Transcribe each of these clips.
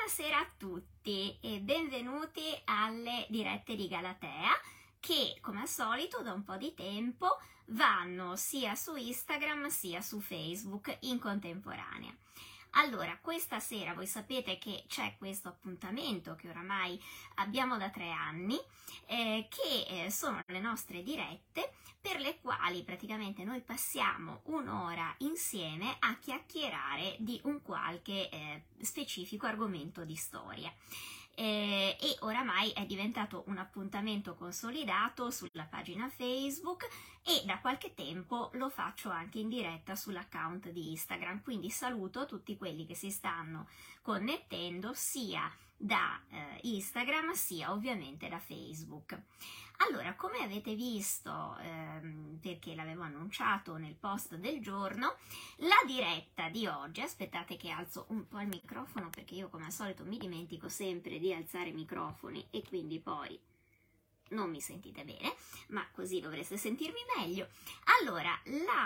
Buonasera a tutti e benvenuti alle dirette di Galatea che, come al solito, da un po' di tempo vanno sia su Instagram sia su Facebook in contemporanea. Allora, questa sera voi sapete che c'è questo appuntamento che oramai abbiamo da 3 anni, che sono le nostre dirette per le quali praticamente noi passiamo un'ora insieme a chiacchierare di un qualche specifico argomento di storia. E oramai è diventato un appuntamento consolidato sulla pagina Facebook e da qualche tempo lo faccio anche in diretta sull'account di Instagram, quindi saluto tutti quelli che si stanno connettendo sia da Instagram sia ovviamente da Facebook. Allora, come avete visto, perché l'avevo annunciato nel post del giorno, la diretta di oggi, aspettate che alzo un po' il microfono perché io come al solito mi dimentico sempre di alzare i microfoni e quindi poi non mi sentite bene, ma così dovreste sentirmi meglio. Allora,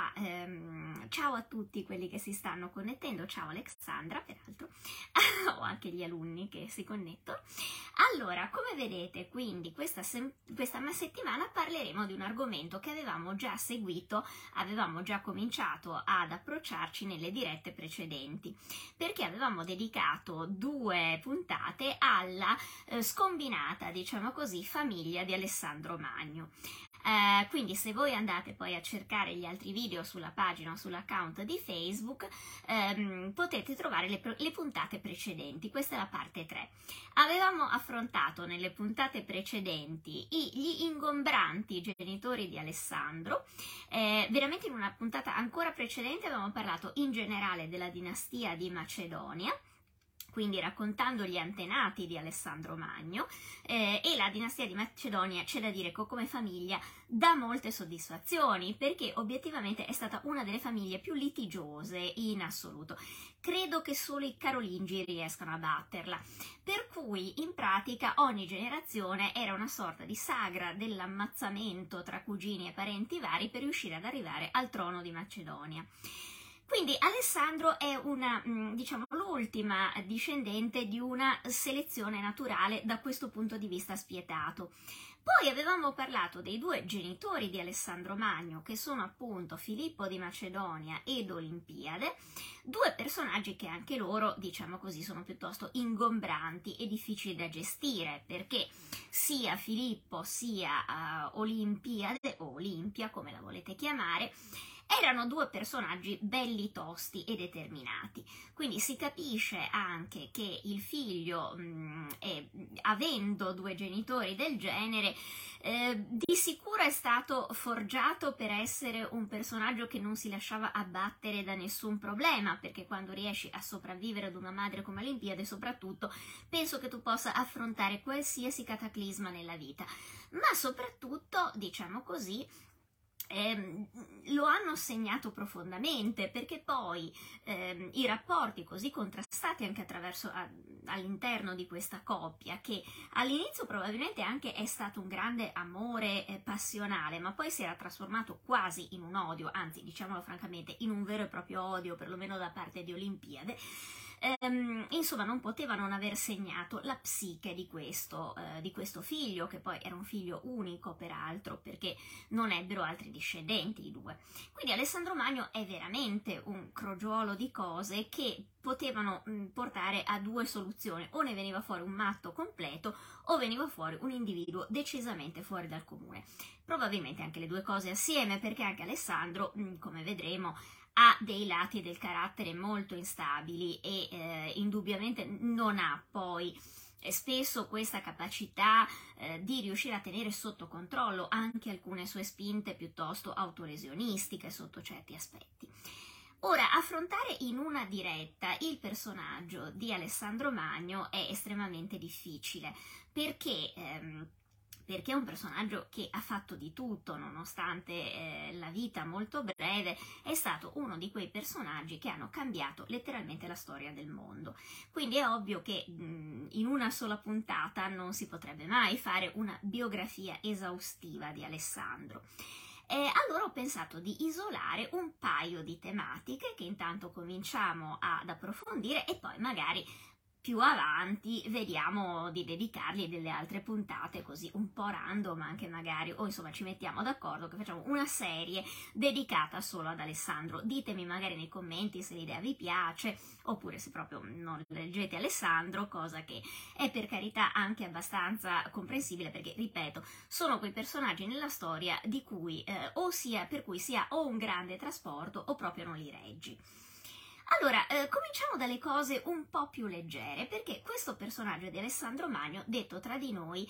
ciao a tutti quelli che si stanno connettendo, ciao Alexandra peraltro, o anche gli alunni che si connettono. Allora, come vedete, quindi questa settimana parleremo di un argomento che avevamo già seguito, avevamo già cominciato ad approcciarci nelle dirette precedenti, perché avevamo dedicato 2 puntate alla scombinata, diciamo così, famiglia di Alessandro Magno. Quindi se voi andate poi a cercare gli altri video sulla pagina o sull'account di Facebook, potete trovare le puntate precedenti. Questa è la parte 3. Avevamo affrontato nelle puntate precedenti gli ingombranti genitori di Alessandro. Veramente in una puntata ancora precedente avevamo parlato in generale della dinastia di Macedonia, quindi raccontando gli antenati di Alessandro Magno, e la dinastia di Macedonia, c'è da dire che come famiglia dà molte soddisfazioni, perché obiettivamente è stata una delle famiglie più litigiose in assoluto. Credo che solo i Carolingi riescano a batterla, per cui in pratica ogni generazione era una sorta di sagra dell'ammazzamento tra cugini e parenti vari per riuscire ad arrivare al trono di Macedonia. Quindi Alessandro è diciamo, l'ultima discendente di una selezione naturale da questo punto di vista spietato. Poi avevamo parlato dei 2 genitori di Alessandro Magno, che sono appunto Filippo di Macedonia ed Olimpiade, 2 personaggi che anche loro, diciamo così, sono piuttosto ingombranti e difficili da gestire, perché sia Filippo sia Olimpiade, o Olimpia come la volete chiamare, erano 2 personaggi belli tosti e determinati, quindi si capisce anche che il figlio, avendo 2 genitori del genere, di sicuro è stato forgiato per essere un personaggio che non si lasciava abbattere da nessun problema, perché quando riesci a sopravvivere ad una madre come Olimpiade, soprattutto, penso che tu possa affrontare qualsiasi cataclisma nella vita, ma soprattutto, diciamo così, lo hanno segnato profondamente, perché poi i rapporti così contrastati anche all'interno di questa coppia, che all'inizio probabilmente anche è stato un grande amore passionale, ma poi si era trasformato quasi in un odio, anzi diciamolo francamente in un vero e proprio odio, perlomeno da parte di Olimpiade. Insomma, non poteva non aver segnato la psiche di questo figlio, che poi era un figlio unico peraltro, perché non ebbero altri discendenti i 2. Quindi Alessandro Magno è veramente un crogiolo di cose che potevano portare a 2 soluzioni: o ne veniva fuori un matto completo o veniva fuori un individuo decisamente fuori dal comune. Probabilmente anche le 2 cose assieme, perché anche Alessandro, come vedremo, ha dei lati del carattere molto instabili e indubbiamente non ha poi spesso questa capacità di riuscire a tenere sotto controllo anche alcune sue spinte piuttosto autoresionistiche sotto certi aspetti. Ora, affrontare in una diretta il personaggio di Alessandro Magno è estremamente difficile, perché è un personaggio che ha fatto di tutto, nonostante la vita molto breve, è stato uno di quei personaggi che hanno cambiato letteralmente la storia del mondo. Quindi è ovvio che in una sola puntata non si potrebbe mai fare una biografia esaustiva di Alessandro. Allora ho pensato di isolare un paio di tematiche che intanto cominciamo ad approfondire e poi magari più avanti vediamo di dedicargli delle altre puntate così un po' random anche magari, o insomma ci mettiamo d'accordo che facciamo una serie dedicata solo ad Alessandro. Ditemi magari nei commenti se l'idea vi piace, oppure se proprio non leggete Alessandro, cosa che è per carità anche abbastanza comprensibile, perché ripeto, sono quei personaggi nella storia di cui per cui sia o un grande trasporto o proprio non li reggi. Allora, cominciamo dalle cose un po' più leggere, perché questo personaggio di Alessandro Magno, detto tra di noi,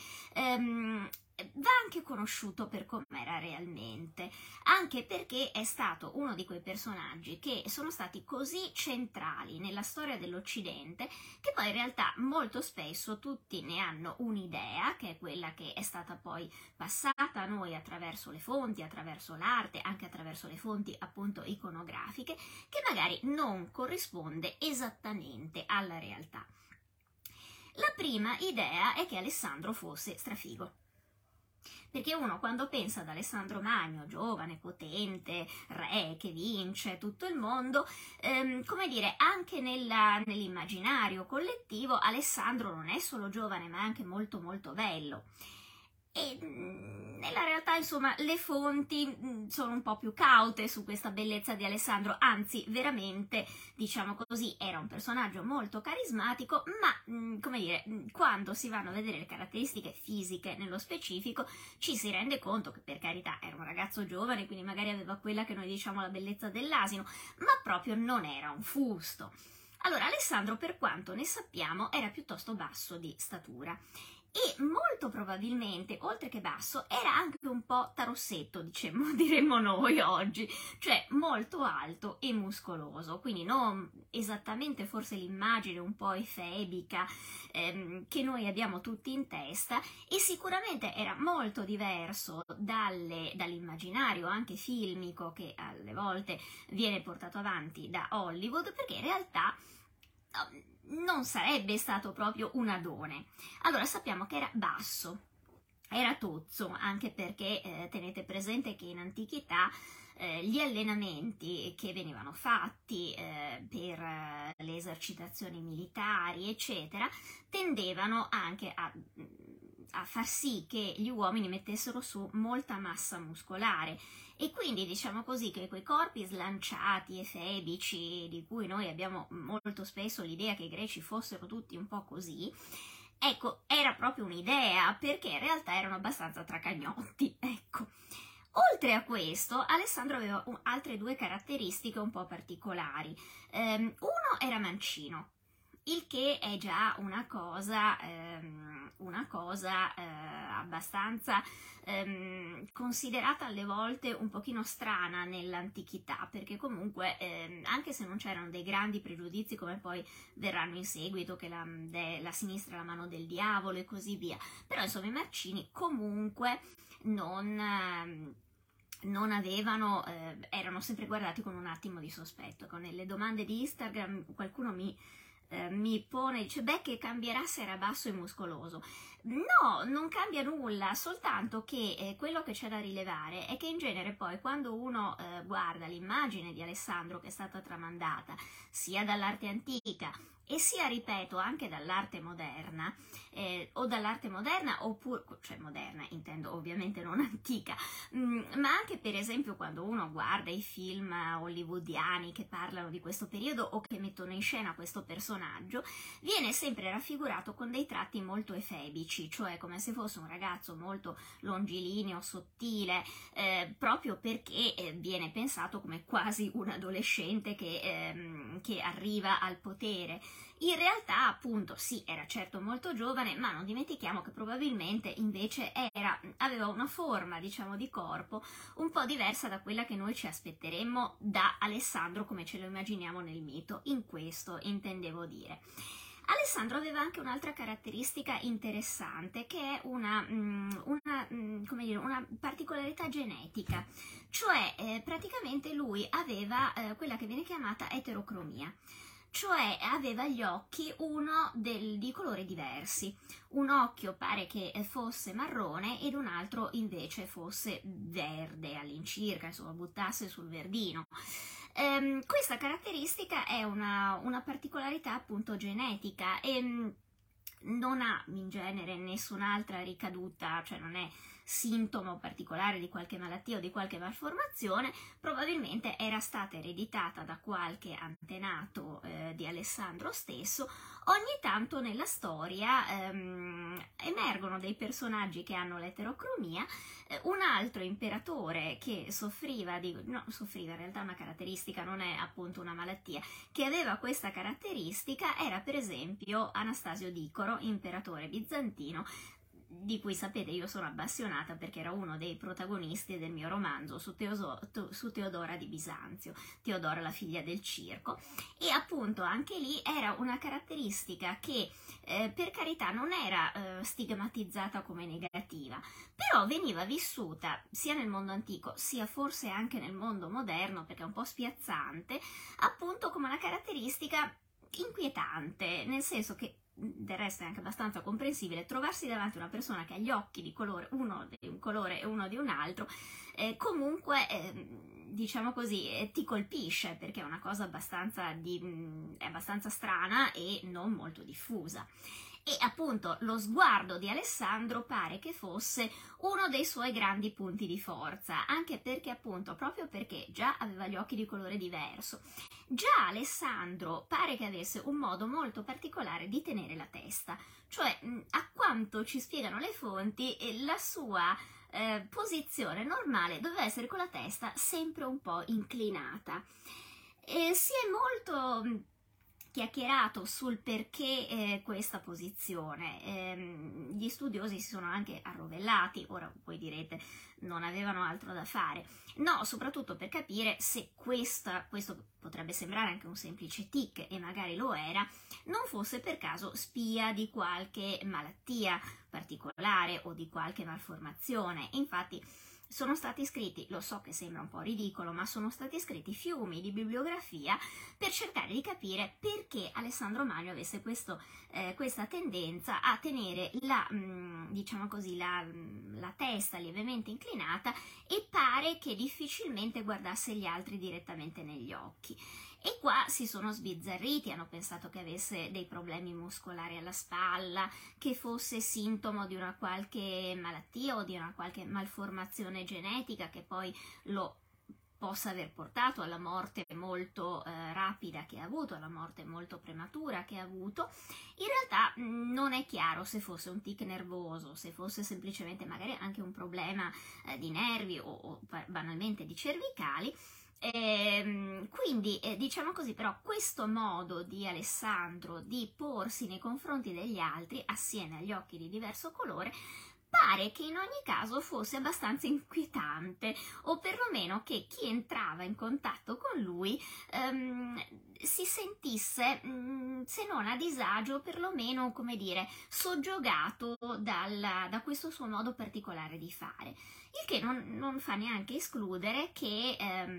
va anche conosciuto per com'era realmente, anche perché è stato uno di quei personaggi che sono stati così centrali nella storia dell'Occidente che poi in realtà molto spesso tutti ne hanno un'idea, che è quella che è stata poi passata a noi attraverso le fonti, attraverso l'arte, anche attraverso le fonti appunto iconografiche, che magari non corrisponde esattamente alla realtà. La prima idea è che Alessandro fosse strafigo. Perché uno quando pensa ad Alessandro Magno, giovane, potente, re che vince tutto il mondo, come dire, anche nell'immaginario collettivo Alessandro non è solo giovane ma è anche molto molto bello. E nella realtà insomma le fonti sono un po' più caute su questa bellezza di Alessandro, anzi veramente diciamo così era un personaggio molto carismatico, ma come dire, quando si vanno a vedere le caratteristiche fisiche nello specifico ci si rende conto che per carità era un ragazzo giovane, quindi magari aveva quella che noi diciamo la bellezza dell'asino, ma proprio non era un fusto. Allora Alessandro, per quanto ne sappiamo, era piuttosto basso di statura e molto probabilmente, oltre che basso, era anche un po' tarossetto, diremmo noi oggi, cioè molto alto e muscoloso, quindi non esattamente forse l'immagine un po' efebica che noi abbiamo tutti in testa, e sicuramente era molto diverso dall'immaginario anche filmico che alle volte viene portato avanti da Hollywood, perché in realtà non sarebbe stato proprio un adone. Allora sappiamo che era basso, era tozzo, anche perché tenete presente che in antichità gli allenamenti che venivano fatti per le esercitazioni militari, eccetera, tendevano anche a far sì che gli uomini mettessero su molta massa muscolare. E quindi diciamo così che quei corpi slanciati, efebici, di cui noi abbiamo molto spesso l'idea che i greci fossero tutti un po' così, ecco, era proprio un'idea, perché in realtà erano abbastanza tracagnotti, ecco. Oltre a questo, Alessandro aveva altre due caratteristiche un po' particolari. Uno era mancino, il che è già una cosa abbastanza considerata alle volte un pochino strana nell'antichità, perché comunque anche se non c'erano dei grandi pregiudizi come poi verranno in seguito, che la sinistra è la mano del diavolo e così via, però insomma i Mancini comunque non avevano, erano sempre guardati con un attimo di sospetto. Con le domande di Instagram qualcuno mi pone, dice beh, che cambierà se era basso e muscoloso. No, non cambia nulla, soltanto che quello che c'è da rilevare è che in genere poi quando uno guarda l'immagine di Alessandro che è stata tramandata sia dall'arte antica e sia, ripeto, anche dall'arte moderna, o dall'arte moderna oppure, cioè moderna intendo ovviamente non antica, ma anche per esempio quando uno guarda i film hollywoodiani che parlano di questo periodo o che mettono in scena questo personaggio, viene sempre raffigurato con dei tratti molto efebici, cioè come se fosse un ragazzo molto longilineo, sottile, proprio perché viene pensato come quasi un adolescente che arriva al potere. In realtà appunto sì, era certo molto giovane, ma non dimentichiamo che probabilmente invece aveva una forma, diciamo, di corpo un po' diversa da quella che noi ci aspetteremmo da Alessandro come ce lo immaginiamo nel mito. In questo intendevo dire. Alessandro aveva anche un'altra caratteristica interessante, che è una particolarità genetica, cioè praticamente lui aveva quella che viene chiamata eterocromia, cioè aveva gli occhi di colori diversi. Un occhio pare che fosse marrone ed un altro invece fosse verde all'incirca, insomma buttasse sul verdino. Questa caratteristica è una particolarità appunto genetica e non ha in genere nessun'altra ricaduta, cioè non è sintomo particolare di qualche malattia o di qualche malformazione, probabilmente era stata ereditata da qualche antenato di Alessandro stesso. Ogni tanto nella storia emergono dei personaggi che hanno l'eterocromia. Un altro imperatore che soffriva, in realtà è una caratteristica, non è appunto una malattia, che aveva questa caratteristica era per esempio Anastasio Dicoro, imperatore bizantino, di cui sapete io sono appassionata perché era uno dei protagonisti del mio romanzo su Teodora di Bisanzio, Teodora la figlia del circo, e appunto anche lì era una caratteristica che per carità non era stigmatizzata come negativa, però veniva vissuta sia nel mondo antico sia forse anche nel mondo moderno, perché è un po' spiazzante, appunto come una caratteristica inquietante, nel senso che del resto è anche abbastanza comprensibile trovarsi davanti a una persona che ha gli occhi di colore, uno di un colore e uno di un altro, comunque diciamo così ti colpisce, perché è una cosa è abbastanza strana e non molto diffusa. E appunto lo sguardo di Alessandro pare che fosse uno dei suoi grandi punti di forza, anche perché appunto, proprio perché già aveva gli occhi di colore diverso, già Alessandro pare che avesse un modo molto particolare di tenere la testa, cioè a quanto ci spiegano le fonti, la sua posizione normale doveva essere con la testa sempre un po' inclinata. Si è molto chiacchierato sul perché questa posizione. Gli studiosi si sono anche arrovellati, ora voi direte non avevano altro da fare. No, soprattutto per capire se questo potrebbe sembrare anche un semplice tic, e magari lo era, non fosse per caso spia di qualche malattia particolare o di qualche malformazione. Infatti sono stati scritti, lo so che sembra un po' ridicolo, ma sono stati scritti fiumi di bibliografia per cercare di capire perché Alessandro Magno avesse questa tendenza a tenere diciamo così, la testa lievemente inclinata, e pare che difficilmente guardasse gli altri direttamente negli occhi. E qua si sono sbizzarriti, hanno pensato che avesse dei problemi muscolari alla spalla, che fosse sintomo di una qualche malattia o di una qualche malformazione genetica che poi lo possa aver portato alla morte molto rapida che ha avuto, alla morte molto prematura che ha avuto. In realtà non è chiaro se fosse un tic nervoso, se fosse semplicemente magari anche un problema di nervi o banalmente di cervicali. Quindi diciamo così, però questo modo di Alessandro di porsi nei confronti degli altri assieme agli occhi di diverso colore pare che in ogni caso fosse abbastanza inquietante, o perlomeno che chi entrava in contatto con lui si sentisse, se non a disagio, perlomeno, come dire, soggiogato da questo suo modo particolare di fare, il che non fa neanche escludere che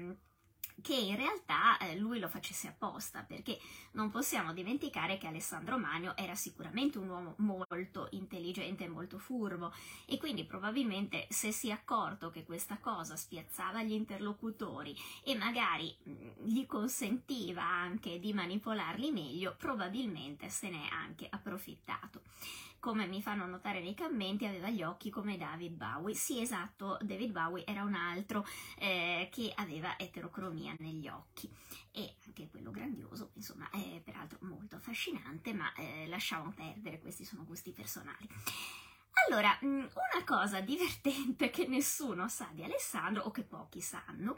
in realtà lui lo facesse apposta, perché non possiamo dimenticare che Alessandro Magno era sicuramente un uomo molto intelligente e molto furbo, e quindi probabilmente se si è accorto che questa cosa spiazzava gli interlocutori e magari gli consentiva anche di manipolarli meglio, probabilmente se ne è anche approfittato. Come mi fanno notare nei commenti, aveva gli occhi come David Bowie. Sì, esatto, David Bowie era un altro che aveva eterocromia negli occhi, e anche quello grandioso, insomma, è peraltro molto affascinante, ma lasciamo perdere, questi sono gusti personali. Allora, una cosa divertente che nessuno sa di Alessandro, o che pochi sanno,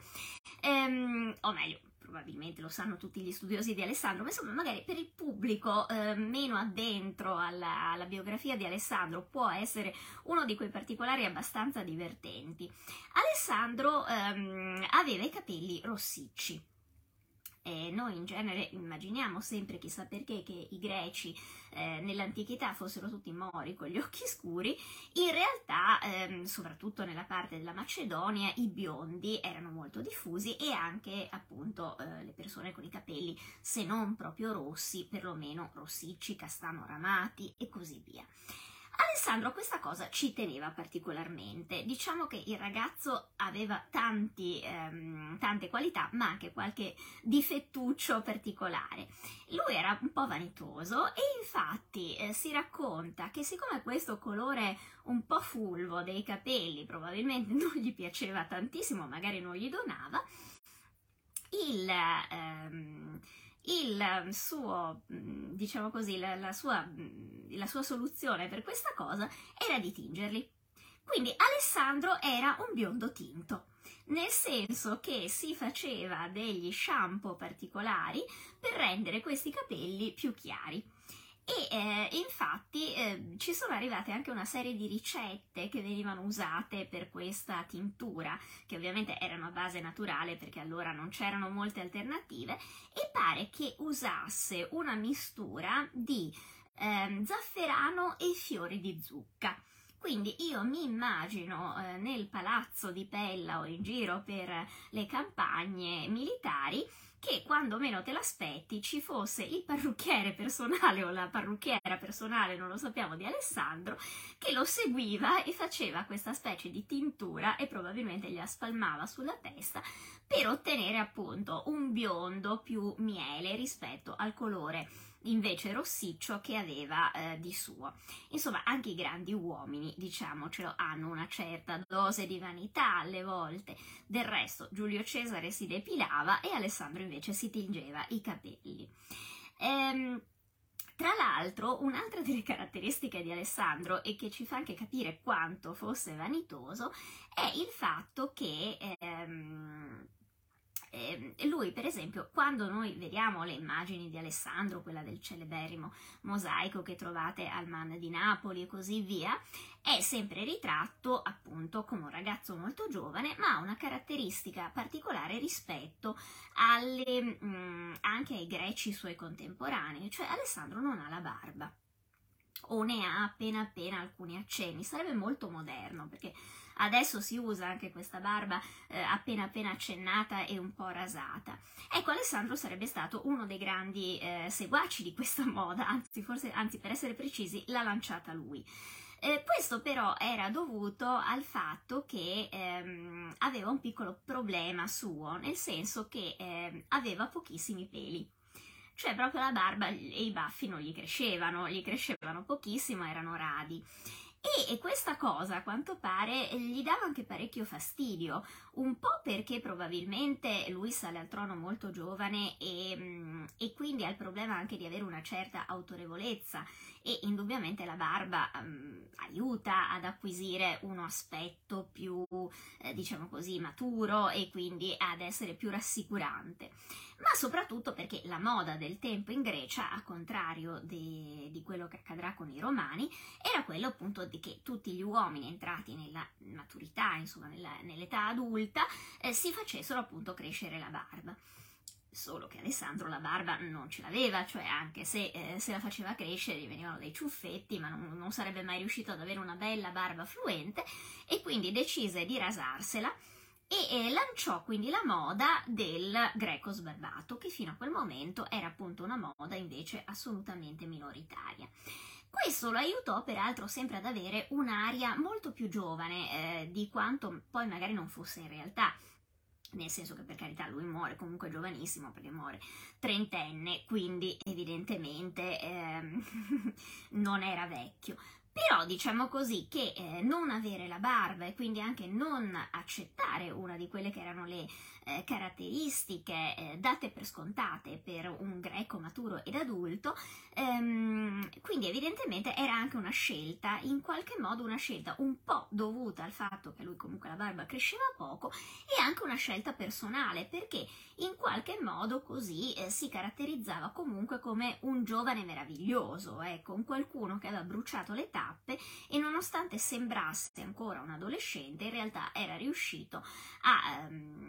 o meglio, probabilmente lo sanno tutti gli studiosi di Alessandro, ma insomma magari per il pubblico meno addentro alla biografia di Alessandro può essere uno di quei particolari abbastanza divertenti. Alessandro aveva i capelli rossicci. Noi in genere immaginiamo sempre, chissà perché, che i greci nell'antichità fossero tutti mori con gli occhi scuri. In realtà, soprattutto nella parte della Macedonia, i biondi erano molto diffusi, e anche appunto le persone con i capelli, se non proprio rossi, perlomeno rossicci, castano ramati e così via. Alessandro a questa cosa ci teneva particolarmente. Diciamo che il ragazzo aveva tante qualità, ma anche qualche difettuccio particolare. Lui era un po' vanitoso e infatti si racconta che siccome questo colore un po' fulvo dei capelli probabilmente non gli piaceva tantissimo, magari non gli donava, il suo, diciamo così, la sua soluzione per questa cosa era di tingerli. Quindi Alessandro era un biondo tinto, nel senso che si faceva degli shampoo particolari per rendere questi capelli più chiari. E infatti ci sono arrivate anche una serie di ricette che venivano usate per questa tintura, che ovviamente erano a base naturale perché allora non c'erano molte alternative, e pare che usasse una mistura di zafferano e fiori di zucca. Quindi io mi immagino nel palazzo di Pella o in giro per le campagne militari che quando meno te l'aspetti ci fosse il parrucchiere personale o la parrucchiera personale, non lo sappiamo, di Alessandro, che lo seguiva e faceva questa specie di tintura e probabilmente gliela spalmava sulla testa per ottenere appunto un biondo più miele rispetto al colore invece rossiccio che aveva di suo. Insomma, anche i grandi uomini, diciamocelo, hanno una certa dose di vanità alle volte. Del resto Giulio Cesare si depilava e Alessandro invece si tingeva i capelli. Tra l'altro, un'altra delle caratteristiche di Alessandro e che ci fa anche capire quanto fosse vanitoso è il fatto che lui, per esempio, quando noi vediamo le immagini di Alessandro, quella del celeberrimo mosaico che trovate al Man di Napoli e così via, è sempre ritratto appunto come un ragazzo molto giovane, ma ha una caratteristica particolare rispetto anche ai greci suoi contemporanei, cioè Alessandro non ha la barba o ne ha appena alcuni accenni. Sarebbe molto moderno perché adesso si usa anche questa barba appena accennata e un po' rasata. Ecco, Alessandro sarebbe stato uno dei grandi seguaci di questa moda, anzi per essere precisi l'ha lanciata lui. Questo però era dovuto al fatto che aveva un piccolo problema suo, nel senso che aveva pochissimi peli. Cioè proprio la barba e i baffi non gli crescevano pochissimo, erano radi. E questa cosa, a quanto pare, gli dava anche parecchio fastidio, un po' perché probabilmente lui sale al trono molto giovane e quindi ha il problema anche di avere una certa autorevolezza e indubbiamente la barba aiuta ad acquisire uno aspetto più, diciamo così, maturo e quindi ad essere più rassicurante. Ma soprattutto perché la moda del tempo in Grecia, a contrario di quello che accadrà con i romani, era quello appunto di che tutti gli uomini entrati nella maturità, insomma nell'età adulta, si facessero appunto crescere la barba. Solo che Alessandro la barba non ce l'aveva, cioè anche se la faceva crescere gli venivano dei ciuffetti, ma non sarebbe mai riuscito ad avere una bella barba fluente e quindi decise di rasarsela e lanciò quindi la moda del greco sbarbato, che fino a quel momento era appunto una moda invece assolutamente minoritaria. Questo lo aiutò peraltro sempre ad avere un'aria molto più giovane di quanto poi magari non fosse in realtà, nel senso che per carità lui muore comunque giovanissimo perché muore trentenne, quindi evidentemente non era vecchio. Però diciamo così che non avere la barba e quindi anche non accettare una di quelle che erano le caratteristiche date per scontate per un greco maturo ed adulto, quindi evidentemente era anche una scelta, in qualche modo una scelta un po' dovuta al fatto che lui comunque la barba cresceva poco e anche una scelta personale, perché in qualche modo così si caratterizzava comunque come un giovane meraviglioso, ecco, un qualcuno che aveva bruciato le tappe e nonostante sembrasse ancora un adolescente in realtà era riuscito a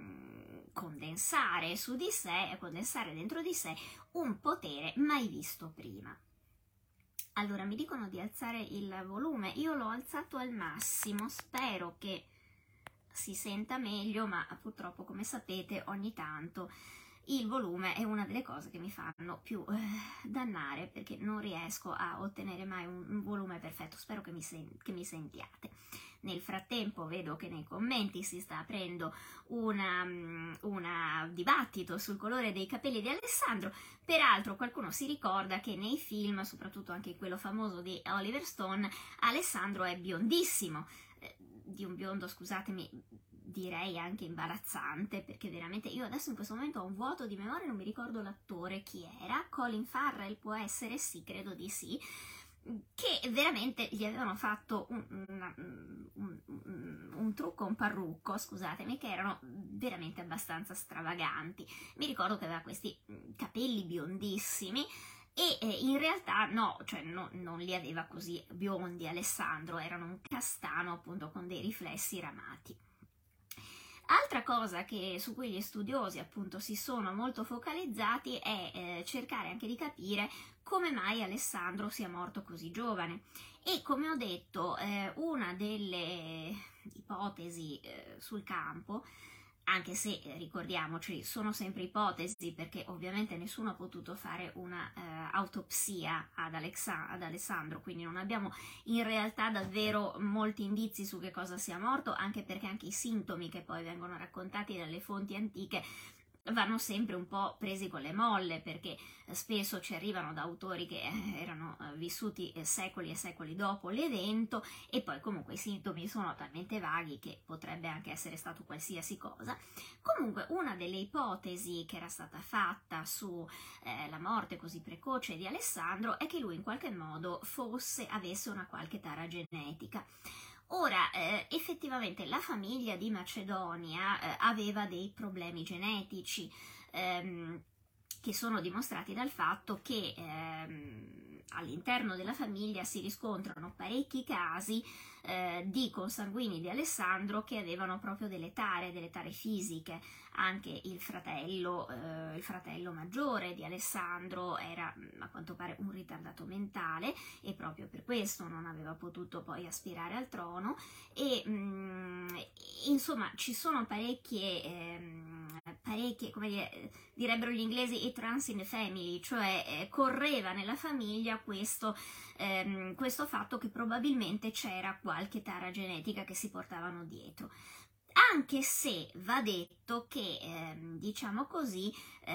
condensare su di sé, a condensare dentro di sé un potere mai visto prima. Allora mi dicono di alzare il volume, io l'ho alzato al massimo, spero che si senta meglio, ma purtroppo come sapete ogni tanto il volume è una delle cose che mi fanno più dannare, perché non riesco a ottenere mai un volume perfetto. Spero che mi sentiate. Nel frattempo vedo che nei commenti si sta aprendo un dibattito sul colore dei capelli di Alessandro. Peraltro qualcuno si ricorda che nei film, soprattutto anche quello famoso di Oliver Stone, Alessandro è biondissimo, di un biondo, scusatemi, direi anche imbarazzante, perché veramente io adesso in questo momento ho un vuoto di memoria, non mi ricordo l'attore chi era. Colin Farrell può essere? Sì, credo di sì, che veramente gli avevano fatto un trucco, un parrucco, scusatemi, che erano veramente abbastanza stravaganti. Mi ricordo che aveva questi capelli biondissimi e in realtà no, cioè non li aveva così biondi Alessandro, erano un castano appunto con dei riflessi ramati. Altra cosa su cui gli studiosi appunto si sono molto focalizzati è cercare anche di capire come mai Alessandro sia morto così giovane. E come ho detto, una delle ipotesi sul campo, anche se ricordiamoci sono sempre ipotesi, perché ovviamente nessuno ha potuto fare una autopsia ad Alessandro, quindi non abbiamo in realtà davvero molti indizi su che cosa sia morto, anche perché anche i sintomi che poi vengono raccontati dalle fonti antiche vanno sempre un po' presi con le molle, perché spesso ci arrivano da autori che erano vissuti secoli e secoli dopo l'evento, e poi comunque i sintomi sono talmente vaghi che potrebbe anche essere stato qualsiasi cosa. Comunque una delle ipotesi che era stata fatta su la morte così precoce di Alessandro è che lui in qualche modo avesse una qualche tara genetica. Ora, effettivamente la famiglia di Macedonia aveva dei problemi genetici che sono dimostrati dal fatto che all'interno della famiglia si riscontrano parecchi casi di consanguini di Alessandro che avevano proprio delle tare fisiche. Anche il fratello maggiore di Alessandro era a quanto pare un ritardato mentale e proprio per questo non aveva potuto poi aspirare al trono, e insomma ci sono parecchie, come dire, direbbero gli inglesi, it runs in the family, cioè correva nella famiglia questo fatto che probabilmente c'era qualche tara genetica che si portavano dietro. Anche se va detto che, diciamo così,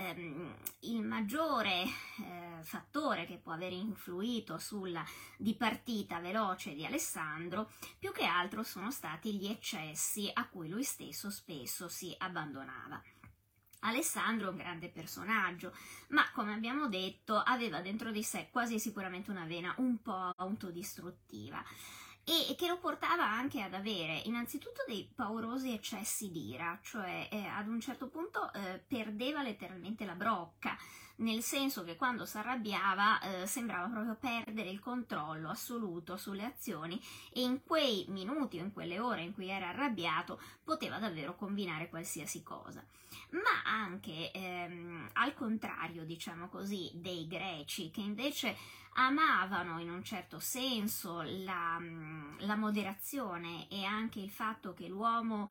il maggiore fattore che può aver influito sulla dipartita veloce di Alessandro, più che altro sono stati gli eccessi a cui lui stesso spesso si abbandonava. Alessandro è un grande personaggio, ma come abbiamo detto aveva dentro di sé quasi sicuramente una vena un po' autodistruttiva, e che lo portava anche ad avere innanzitutto dei paurosi eccessi d'ira, cioè ad un certo punto perdeva letteralmente la brocca, nel senso che quando si arrabbiava sembrava proprio perdere il controllo assoluto sulle azioni, e in quei minuti o in quelle ore in cui era arrabbiato poteva davvero combinare qualsiasi cosa. Ma anche al contrario, diciamo così, dei greci, che invece amavano in un certo senso la moderazione e anche il fatto che l'uomo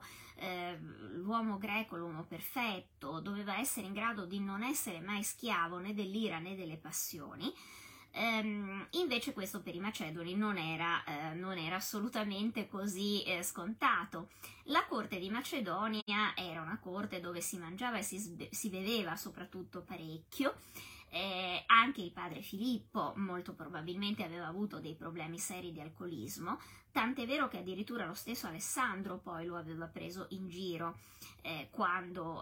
greco, l'uomo perfetto, doveva essere in grado di non essere mai schiavo né dell'ira né delle passioni. Invece questo per i macedoni non era assolutamente così scontato. La corte di Macedonia era una corte dove si mangiava e si beveva soprattutto parecchio. Anche il padre Filippo molto probabilmente aveva avuto dei problemi seri di alcolismo, tant'è vero che addirittura lo stesso Alessandro poi lo aveva preso in giro quando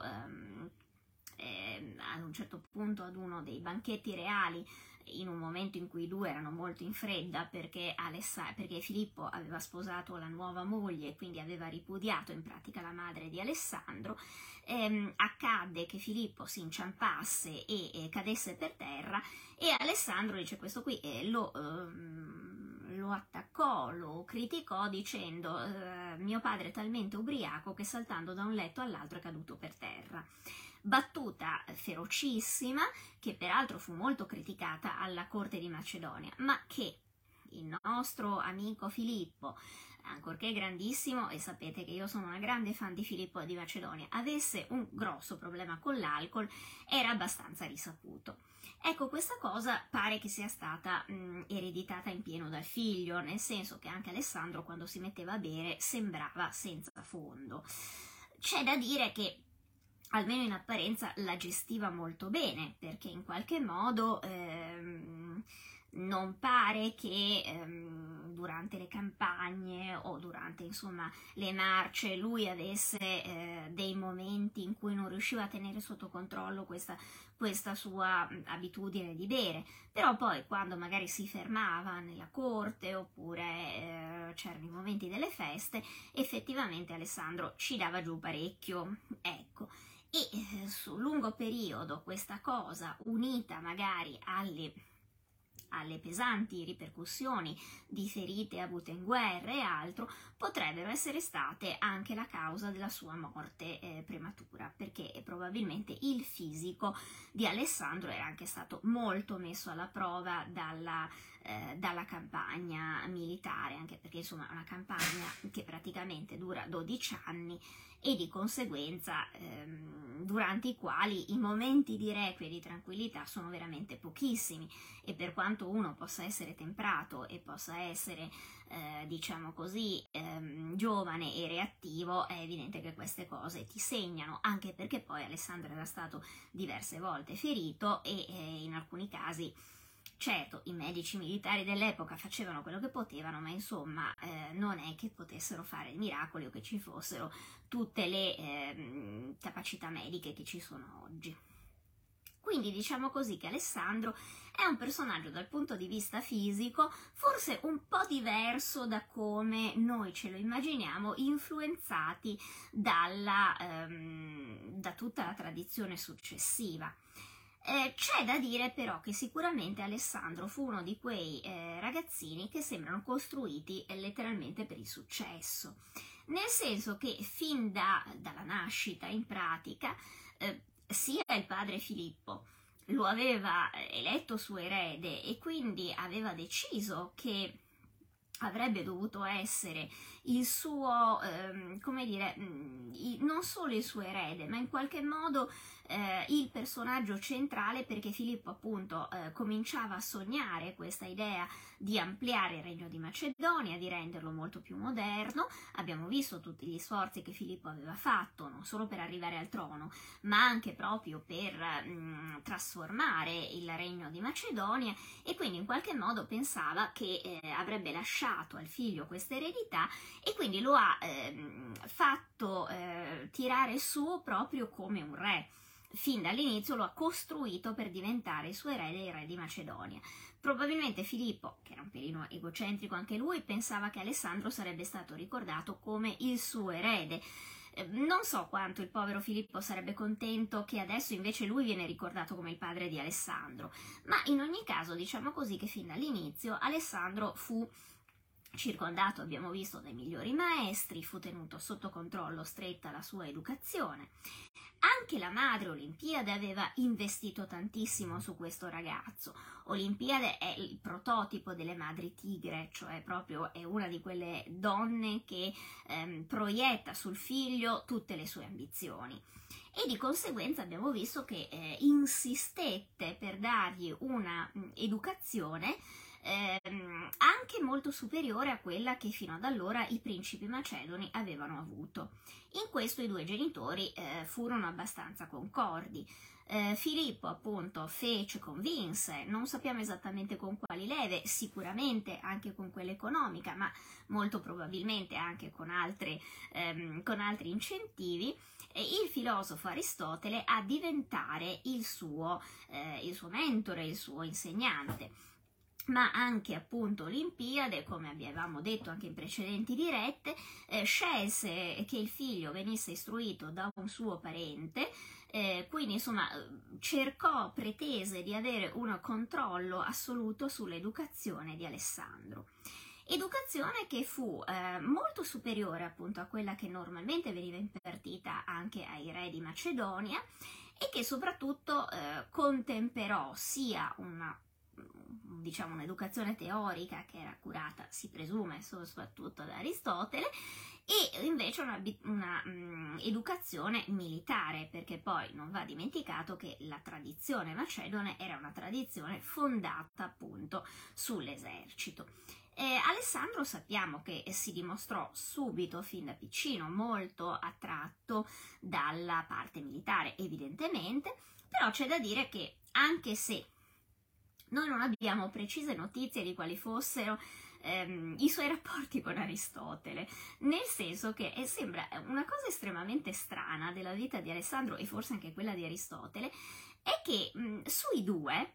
ad un certo punto ad uno dei banchetti reali, in un momento in cui i due erano molto in fredda perché Filippo aveva sposato la nuova moglie e quindi aveva ripudiato in pratica la madre di Alessandro, accadde che Filippo si inciampasse e cadesse per terra, e Alessandro dice questo qui lo attaccò, lo criticò dicendo mio padre è talmente ubriaco che saltando da un letto all'altro è caduto per terra. Battuta ferocissima, che peraltro fu molto criticata alla corte di Macedonia, ma che il nostro amico Filippo, ancorché grandissimo, e sapete che io sono una grande fan di Filippo di Macedonia, avesse un grosso problema con l'alcol, era abbastanza risaputo. Ecco, questa cosa pare che sia stata ereditata in pieno dal figlio, nel senso che anche Alessandro, quando si metteva a bere, sembrava senza fondo. C'è da dire che almeno in apparenza la gestiva molto bene, perché in qualche modo non pare che durante le campagne o durante, insomma, le marce lui avesse dei momenti in cui non riusciva a tenere sotto controllo questa sua abitudine di bere, però poi quando magari si fermava nella corte oppure c'erano i momenti delle feste, effettivamente Alessandro ci dava giù parecchio, ecco. E su lungo periodo questa cosa, unita magari alle pesanti ripercussioni di ferite avute in guerra e altro, potrebbero essere state anche la causa della sua morte prematura, perché probabilmente il fisico di Alessandro era anche stato molto messo alla prova dalla campagna militare, anche perché insomma è una campagna che praticamente dura 12 anni e di conseguenza durante i quali i momenti di requie e di tranquillità sono veramente pochissimi, e per quanto uno possa essere temprato e possa essere diciamo così giovane e reattivo, è evidente che queste cose ti segnano, anche perché poi Alessandro era stato diverse volte ferito e in alcuni casi, certo, i medici militari dell'epoca facevano quello che potevano, ma insomma non è che potessero fare miracoli o che ci fossero tutte le capacità mediche che ci sono oggi. Quindi diciamo così che Alessandro è un personaggio dal punto di vista fisico forse un po' diverso da come noi ce lo immaginiamo, influenzati da tutta la tradizione successiva. C'è da dire però che sicuramente Alessandro fu uno di quei ragazzini che sembrano costruiti letteralmente per il successo, nel senso che fin dalla nascita in pratica sia il padre Filippo lo aveva eletto suo erede e quindi aveva deciso che avrebbe dovuto essere il suo, come dire, non solo il suo erede, ma in qualche modo il personaggio centrale, perché Filippo appunto cominciava a sognare questa idea di ampliare il regno di Macedonia, di renderlo molto più moderno. Abbiamo visto tutti gli sforzi che Filippo aveva fatto, non solo per arrivare al trono, ma anche proprio per trasformare il regno di Macedonia, e quindi in qualche modo pensava che avrebbe lasciato al figlio questa eredità e quindi lo ha fatto tirare su proprio come un re. Fin dall'inizio lo ha costruito per diventare il suo erede, il re di Macedonia. Probabilmente Filippo, che era un pelino egocentrico anche lui, pensava che Alessandro sarebbe stato ricordato come il suo erede. Non so quanto il povero Filippo sarebbe contento che adesso invece lui viene ricordato come il padre di Alessandro, ma in ogni caso diciamo così che fin dall'inizio Alessandro fu circondato, abbiamo visto, dai migliori maestri, fu tenuto sotto controllo stretta la sua educazione. Anche la madre Olimpiade aveva investito tantissimo su questo ragazzo. Olimpiade è il prototipo delle madri tigre, cioè proprio è una di quelle donne che proietta sul figlio tutte le sue ambizioni. E di conseguenza abbiamo visto che insistette per dargli una educazione anche molto superiore a quella che fino ad allora i principi macedoni avevano avuto. In questo i due genitori furono abbastanza concordi. Filippo appunto convinse, non sappiamo esattamente con quali leve, sicuramente anche con quella economica, ma molto probabilmente anche con altri incentivi, il filosofo Aristotele a diventare il suo mentore, il suo insegnante. Ma anche appunto Olimpiade, come avevamo detto anche in precedenti dirette, scelse che il figlio venisse istruito da un suo parente, quindi insomma pretese di avere un controllo assoluto sull'educazione di Alessandro. Educazione che fu molto superiore appunto a quella che normalmente veniva impartita anche ai re di Macedonia, e che soprattutto contemperò sia un diciamo un'educazione teorica che era curata, si presume, soprattutto da Aristotele, e invece una educazione militare, perché poi non va dimenticato che la tradizione macedone era una tradizione fondata appunto sull'esercito. Alessandro sappiamo che si dimostrò subito, fin da piccino, molto attratto dalla parte militare, evidentemente, però c'è da dire che anche se noi non abbiamo precise notizie di quali fossero i suoi rapporti con Aristotele, nel senso che sembra una cosa estremamente strana della vita di Alessandro e forse anche quella di Aristotele, è che sui due,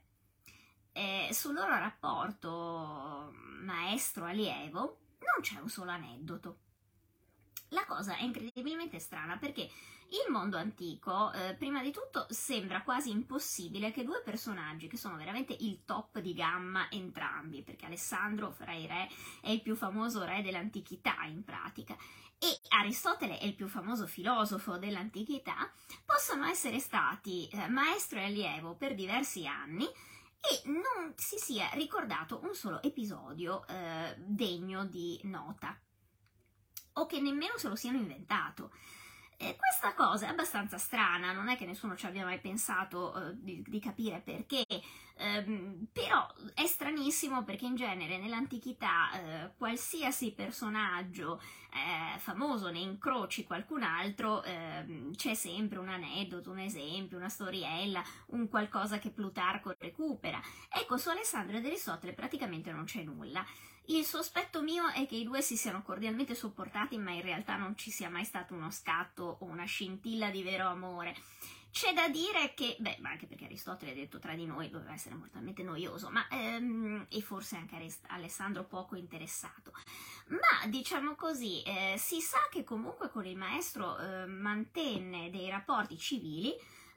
sul loro rapporto maestro-allievo, non c'è un solo aneddoto. La cosa è incredibilmente strana perché il mondo antico, prima di tutto, sembra quasi impossibile che due personaggi che sono veramente il top di gamma entrambi, perché Alessandro fra i re è il più famoso re dell'antichità in pratica, e Aristotele è il più famoso filosofo dell'antichità, possono essere stati maestro e allievo per diversi anni e non si sia ricordato un solo episodio degno di nota, o che nemmeno se lo siano inventato. Questa cosa è abbastanza strana, non è che nessuno ci abbia mai pensato di capire perché, però è stranissimo perché in genere nell'antichità qualsiasi personaggio famoso ne incroci qualcun altro, c'è sempre un aneddoto, un esempio, una storiella, un qualcosa che Plutarco recupera. Ecco, su Alessandro ed Aristotele praticamente non c'è nulla. Il sospetto mio è che i due si siano cordialmente sopportati, ma in realtà non ci sia mai stato uno scatto o una scintilla di vero amore. C'è da dire che, ma anche perché Aristotele ha detto tra di noi doveva essere mortalmente noioso, ma e forse anche Alessandro poco interessato. Ma diciamo così, si sa che comunque con il maestro mantenne dei rapporti civili,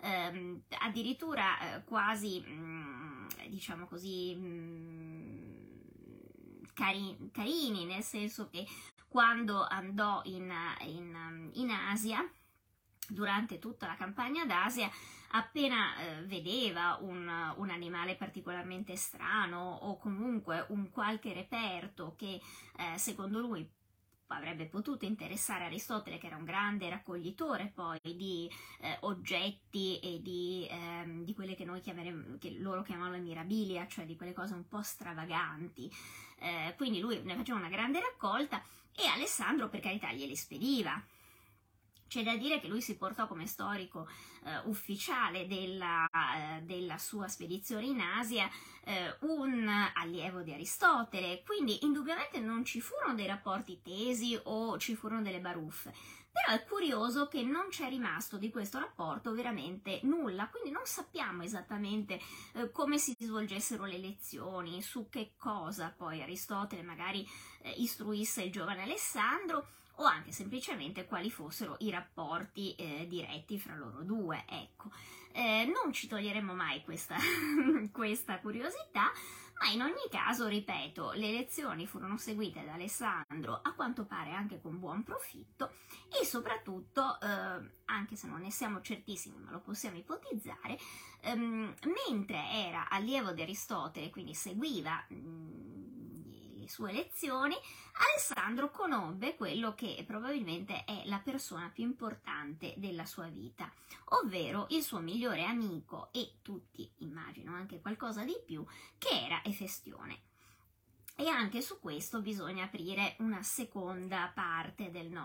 addirittura quasi, diciamo così, carini, nel senso che quando andò in Asia, durante tutta la campagna d'Asia, appena vedeva un animale particolarmente strano o comunque un qualche reperto che secondo lui avrebbe potuto interessare Aristotele, che era un grande raccoglitore poi di oggetti e di quelle che noi chiameremo, che loro chiamavano mirabilia, cioè di quelle cose un po' stravaganti. Quindi lui ne faceva una grande raccolta e Alessandro, per carità, glieli spediva. C'è da dire che lui si portò come storico ufficiale della sua spedizione in Asia un allievo di Aristotele, quindi indubbiamente non ci furono dei rapporti tesi o ci furono delle baruffe, però è curioso che non c'è rimasto di questo rapporto veramente nulla, quindi non sappiamo esattamente come si svolgessero le lezioni, su che cosa poi Aristotele magari istruisse il giovane Alessandro, o anche semplicemente quali fossero i rapporti diretti fra loro due, ecco. Non ci toglieremo mai questa curiosità, ma in ogni caso, ripeto, le lezioni furono seguite da Alessandro a quanto pare anche con buon profitto e soprattutto, anche se non ne siamo certissimi ma lo possiamo ipotizzare, mentre era allievo di Aristotele, quindi seguiva le sue lezioni, Alessandro conobbe quello che probabilmente è la persona più importante della sua vita, ovvero il suo migliore amico e tutti immagino anche qualcosa di più, che era Efestione. E anche su questo bisogna aprire una seconda parte della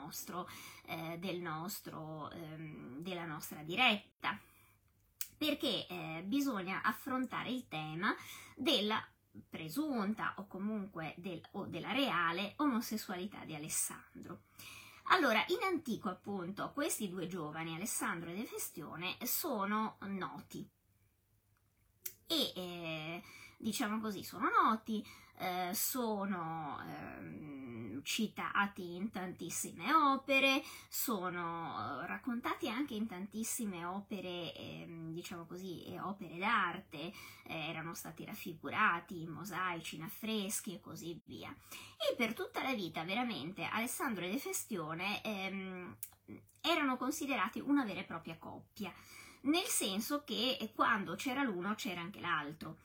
nostra diretta, perché bisogna affrontare il tema della presunta o comunque della reale omosessualità di Alessandro. Allora, in antico appunto questi due giovani, Alessandro ed Efestione, sono noti e diciamo così sono noti, sono citati in tantissime opere, sono raccontati anche in tantissime opere, diciamo così, opere d'arte, erano stati raffigurati in mosaici, in affreschi e così via. E per tutta la vita veramente Alessandro ed Efestione erano considerati una vera e propria coppia, nel senso che quando c'era l'uno c'era anche l'altro.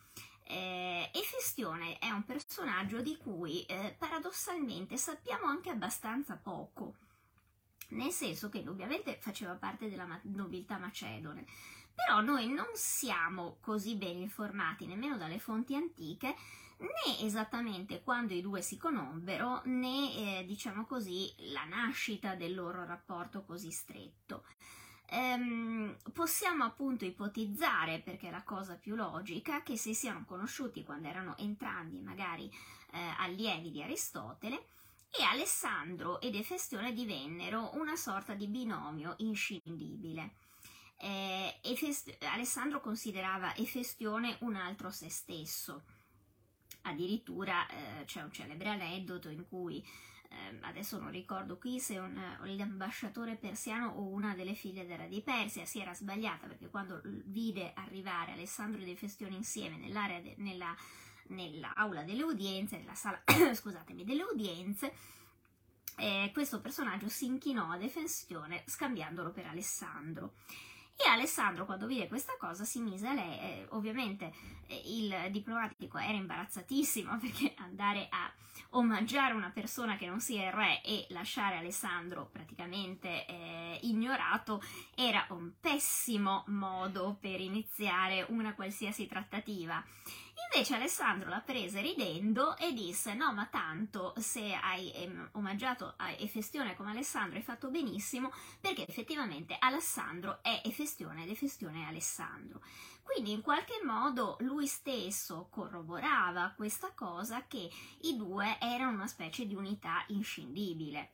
Efestione è un personaggio di cui paradossalmente sappiamo anche abbastanza poco, nel senso che indubbiamente faceva parte della nobiltà macedone, però noi non siamo così ben informati nemmeno dalle fonti antiche, né esattamente quando i due si conobbero, né diciamo così la nascita del loro rapporto così stretto. Possiamo appunto ipotizzare, perché è la cosa più logica, che si siano conosciuti quando erano entrambi magari allievi di Aristotele, e Alessandro ed Efestione divennero una sorta di binomio inscindibile. Alessandro considerava Efestione un altro se stesso. Addirittura c'è un celebre aneddoto in cui, adesso non ricordo qui se l'ambasciatore persiano o una delle figlie del re di Persia si era sbagliata, perché quando vide arrivare Alessandro ed Efestione insieme nell'aula delle udienze, nella sala scusatemi, delle udienze, questo personaggio si inchinò ad Efestione scambiandolo per Alessandro. E Alessandro, quando vide questa cosa, si mise a lei. Ovviamente il diplomatico era imbarazzatissimo, perché andare a omaggiare una persona che non sia il re e lasciare Alessandro praticamente ignorato era un pessimo modo per iniziare una qualsiasi trattativa. Invece Alessandro la prese ridendo e disse: no, ma tanto se hai omaggiato a Efestione come Alessandro hai fatto benissimo, perché effettivamente Alessandro è Efestione ed Efestione è Alessandro. Quindi in qualche modo lui stesso corroborava questa cosa, che i due erano una specie di unità inscindibile.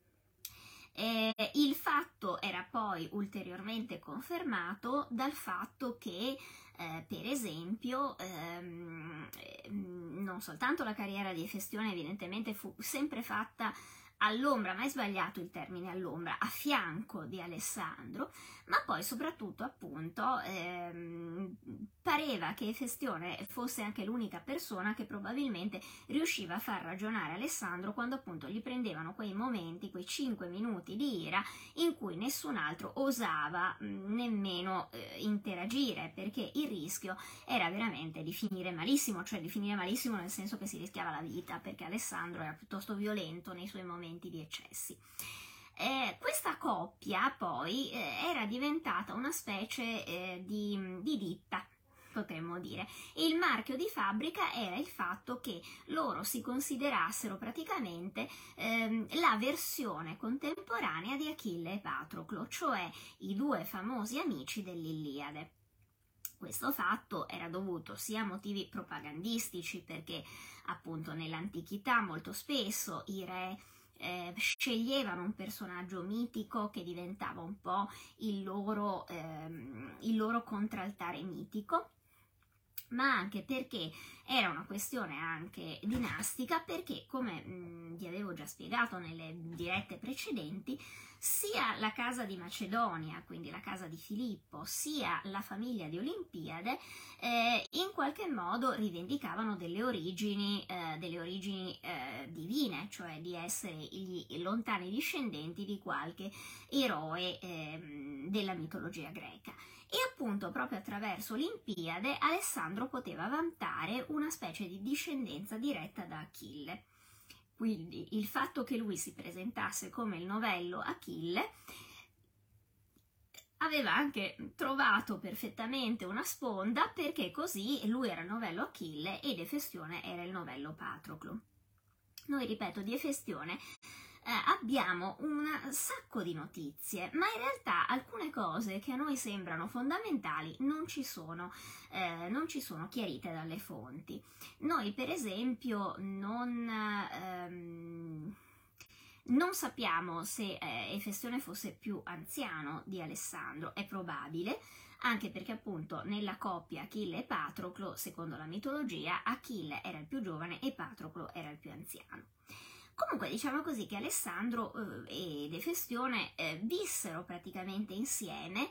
Il fatto era poi ulteriormente confermato dal fatto che per esempio non soltanto la carriera di Efestione evidentemente fu sempre fatta all'ombra, ma è sbagliato il termine all'ombra, a fianco di Alessandro, ma poi soprattutto appunto pareva che Efestione fosse anche l'unica persona che probabilmente riusciva a far ragionare Alessandro quando appunto gli prendevano quei momenti, quei 5 minuti di ira in cui nessun altro osava nemmeno interagire, perché il rischio era veramente di finire malissimo, cioè di finire malissimo nel senso che si rischiava la vita, perché Alessandro era piuttosto violento nei suoi momenti di eccessi. Questa coppia poi era diventata una specie di ditta, potremmo dire. Il marchio di fabbrica era il fatto che loro si considerassero praticamente la versione contemporanea di Achille e Patroclo, cioè i due famosi amici dell'Iliade. Questo fatto era dovuto sia a motivi propagandistici, perché appunto nell'antichità molto spesso i re sceglievano un personaggio mitico che diventava un po' il loro contraltare mitico, ma anche perché era una questione anche dinastica, perché come vi avevo già spiegato nelle dirette precedenti, sia la casa di Macedonia, quindi la casa di Filippo, sia la famiglia di Olimpiade in qualche modo rivendicavano delle origini divine, cioè di essere gli lontani discendenti di qualche eroe della mitologia greca. E appunto proprio attraverso Olimpiade Alessandro poteva vantare una specie di discendenza diretta da Achille. Quindi il fatto che lui si presentasse come il novello Achille aveva anche trovato perfettamente una sponda, perché così lui era il novello Achille ed Efestione era il novello Patroclo. Noi, ripeto, di Efestione abbiamo un sacco di notizie, ma in realtà alcune cose che a noi sembrano fondamentali non ci sono chiarite dalle fonti. Noi per esempio non sappiamo se Efestione fosse più anziano di Alessandro. È probabile, anche perché appunto nella coppia Achille e Patroclo, secondo la mitologia, Achille era il più giovane e Patroclo era il più anziano. Comunque diciamo così che Alessandro ed Efestione vissero praticamente insieme.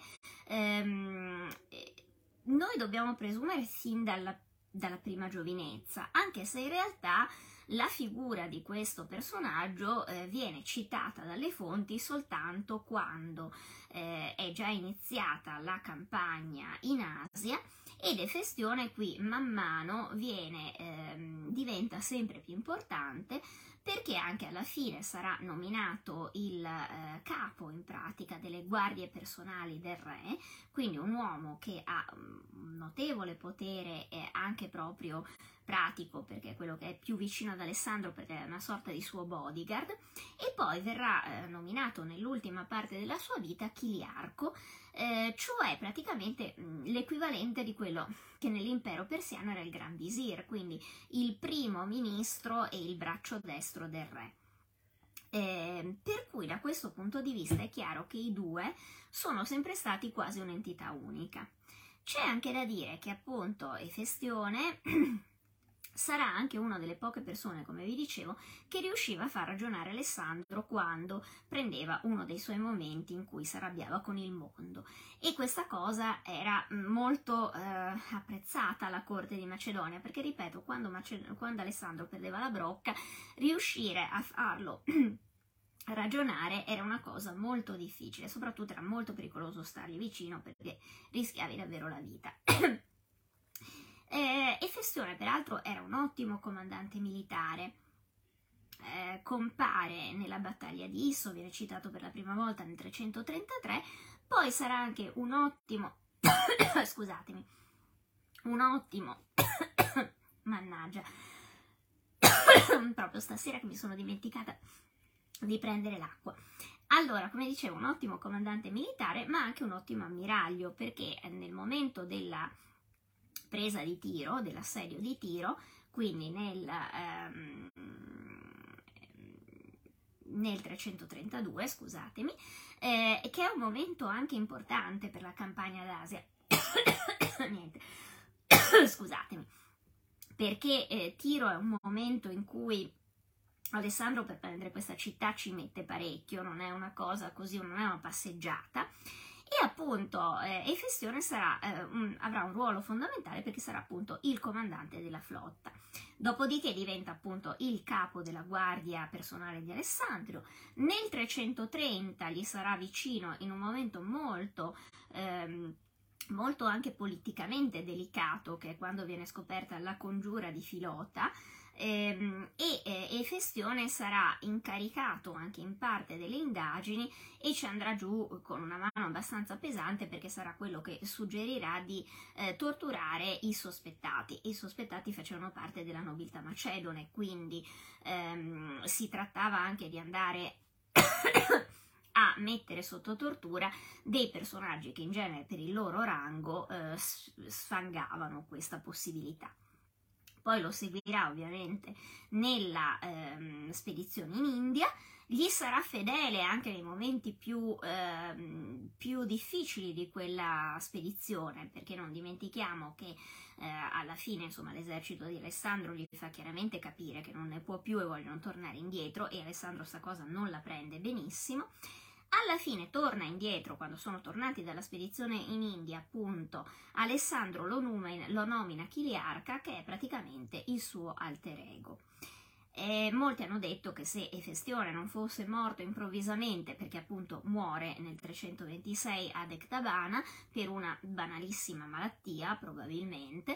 Noi dobbiamo presumere sin dalla prima giovinezza, anche se in realtà La figura di questo personaggio viene citata dalle fonti soltanto quando è già iniziata la campagna in Asia, ed Efestione qui man mano diventa sempre più importante, perché anche alla fine sarà nominato il capo in pratica delle guardie personali del re, quindi un uomo che ha un notevole potere anche proprio pratico, perché è quello che è più vicino ad Alessandro, perché è una sorta di suo bodyguard, e poi verrà nominato nell'ultima parte della sua vita Chiliarco, cioè praticamente l'equivalente di quello che nell'impero persiano era il Gran Visir, quindi il primo ministro e il braccio destro del re. Per cui da questo punto di vista è chiaro che i due sono sempre stati quasi un'entità unica. C'è anche da dire che appunto Efestione sarà anche una delle poche persone, come vi dicevo, che riusciva a far ragionare Alessandro quando prendeva uno dei suoi momenti in cui si arrabbiava con il mondo, e questa cosa era molto apprezzata alla corte di Macedonia, perché ripeto, quando Alessandro perdeva la brocca, riuscire a farlo ragionare era una cosa molto difficile, soprattutto era molto pericoloso stargli vicino perché rischiavi davvero la vita. Efestione peraltro era un ottimo comandante militare, compare nella battaglia di Isso, viene citato per la prima volta nel 333, poi sarà anche un ottimo scusatemi, un ottimo mannaggia proprio stasera che mi sono dimenticata di prendere l'acqua. Allora, come dicevo, un ottimo comandante militare, ma anche un ottimo ammiraglio, perché nel momento della presa di Tiro, dell'assedio di Tiro, quindi nel 332, scusatemi, che è un momento anche importante per la campagna d'Asia. Niente, scusatemi, perché Tiro è un momento in cui Alessandro per prendere questa città ci mette parecchio, non è una cosa così, non è una passeggiata. E appunto Efestione avrà un ruolo fondamentale perché sarà appunto il comandante della flotta. Dopodiché diventa appunto il capo della guardia personale di Alessandro. Nel 330 gli sarà vicino in un momento molto anche politicamente delicato, che è quando viene scoperta la congiura di Filota, e Efestione sarà incaricato anche in parte delle indagini e ci andrà giù con una mano abbastanza pesante, perché sarà quello che suggerirà di torturare i sospettati. I sospettati facevano parte della nobiltà macedone, quindi si trattava anche di andare a mettere sotto tortura dei personaggi che in genere per il loro rango sfangavano questa possibilità. Poi lo seguirà ovviamente nella spedizione in India, gli sarà fedele anche nei momenti più difficili di quella spedizione, perché non dimentichiamo che alla fine insomma l'esercito di Alessandro gli fa chiaramente capire che non ne può più e vogliono tornare indietro, e Alessandro sta cosa non la prende benissimo. Alla fine torna indietro, quando sono tornati dalla spedizione in India, appunto, Alessandro lo nomina Chiliarca, che è praticamente il suo alter ego. Molti hanno detto che se Efestione non fosse morto improvvisamente, perché appunto muore nel 326 ad Ecbatana per una banalissima malattia, probabilmente,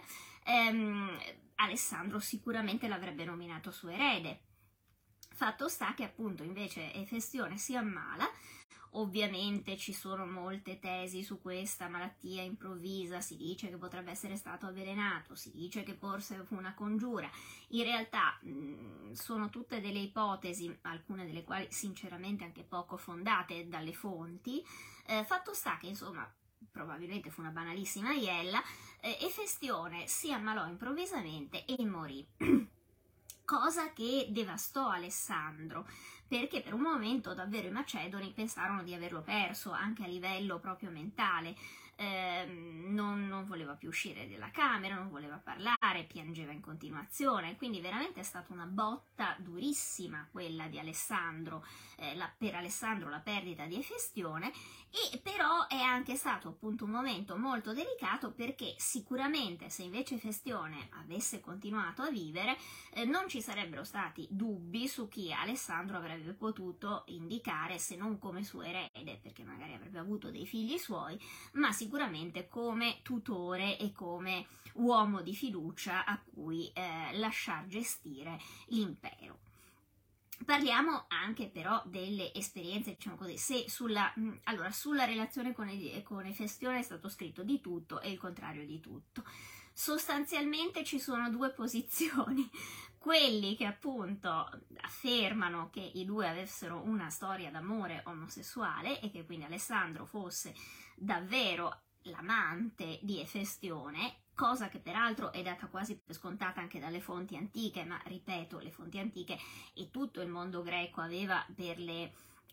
Alessandro sicuramente l'avrebbe nominato suo erede. Fatto sta che appunto invece Efestione si ammala. Ovviamente ci sono molte tesi su questa malattia improvvisa, si dice che potrebbe essere stato avvelenato, si dice che forse fu una congiura. In realtà sono tutte delle ipotesi, alcune delle quali sinceramente anche poco fondate dalle fonti. Fatto sta che insomma probabilmente fu una banalissima iella, Efestione si ammalò improvvisamente e morì. Cosa che devastò Alessandro, perché per un momento davvero i macedoni pensarono di averlo perso anche a livello proprio mentale. non voleva più uscire dalla camera, non voleva parlare, piangeva in continuazione, quindi veramente è stata una botta durissima quella di Alessandro, per Alessandro la perdita di Efestione, e però è anche stato appunto un momento molto delicato, perché sicuramente se invece Efestione avesse continuato a vivere non ci sarebbero stati dubbi su chi Alessandro avrebbe potuto indicare, se non come suo erede, perché magari avrebbe avuto dei figli suoi, ma sicuramente come tutore e come uomo di fiducia a cui lasciar gestire l'impero. Parliamo anche però delle esperienze, diciamo così, se sulla relazione con Efestione è stato scritto di tutto e il contrario di tutto. Sostanzialmente ci sono due posizioni: quelli che appunto affermano che i due avessero una storia d'amore omosessuale e che quindi Alessandro fosse davvero l'amante di Efestione, cosa che peraltro è data quasi per scontata anche dalle fonti antiche, ma ripeto, le fonti antiche e tutto il mondo greco aveva per le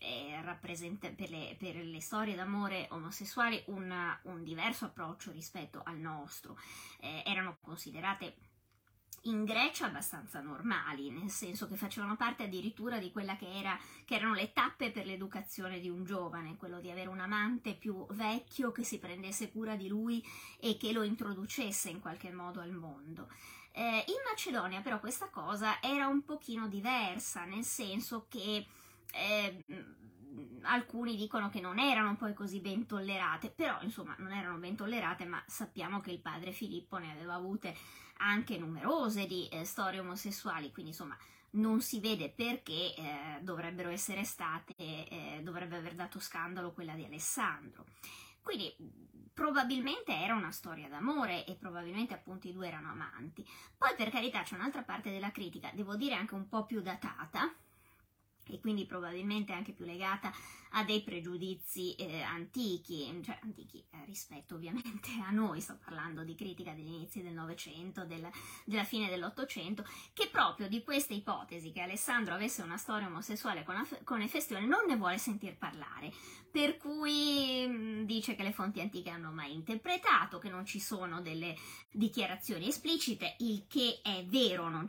storie d'amore omosessuali un diverso approccio rispetto al nostro. Erano considerate in Grecia abbastanza normali, nel senso che facevano parte addirittura di quella che erano le tappe per l'educazione di un giovane, quello di avere un amante più vecchio che si prendesse cura di lui e che lo introducesse in qualche modo al mondo. In Macedonia però questa cosa era un pochino diversa, nel senso che alcuni dicono che non erano poi così ben tollerate, però insomma non erano ben tollerate, ma sappiamo che il padre Filippo ne aveva avute anche numerose di storie omosessuali, quindi insomma non si vede perché dovrebbero essere state, dovrebbe aver dato scandalo quella di Alessandro. Quindi probabilmente era una storia d'amore e probabilmente appunto i due erano amanti. Poi per carità c'è un'altra parte della critica, devo dire anche un po' più datata, e quindi probabilmente anche più legata a dei pregiudizi antichi rispetto ovviamente a noi, sto parlando di critica degli inizi del Novecento, della fine dell'Ottocento, che proprio di questa ipotesi che Alessandro avesse una storia omosessuale con Efestione non ne vuole sentir parlare, per cui dice che le fonti antiche hanno mai interpretato, che non ci sono delle dichiarazioni esplicite, il che è vero, non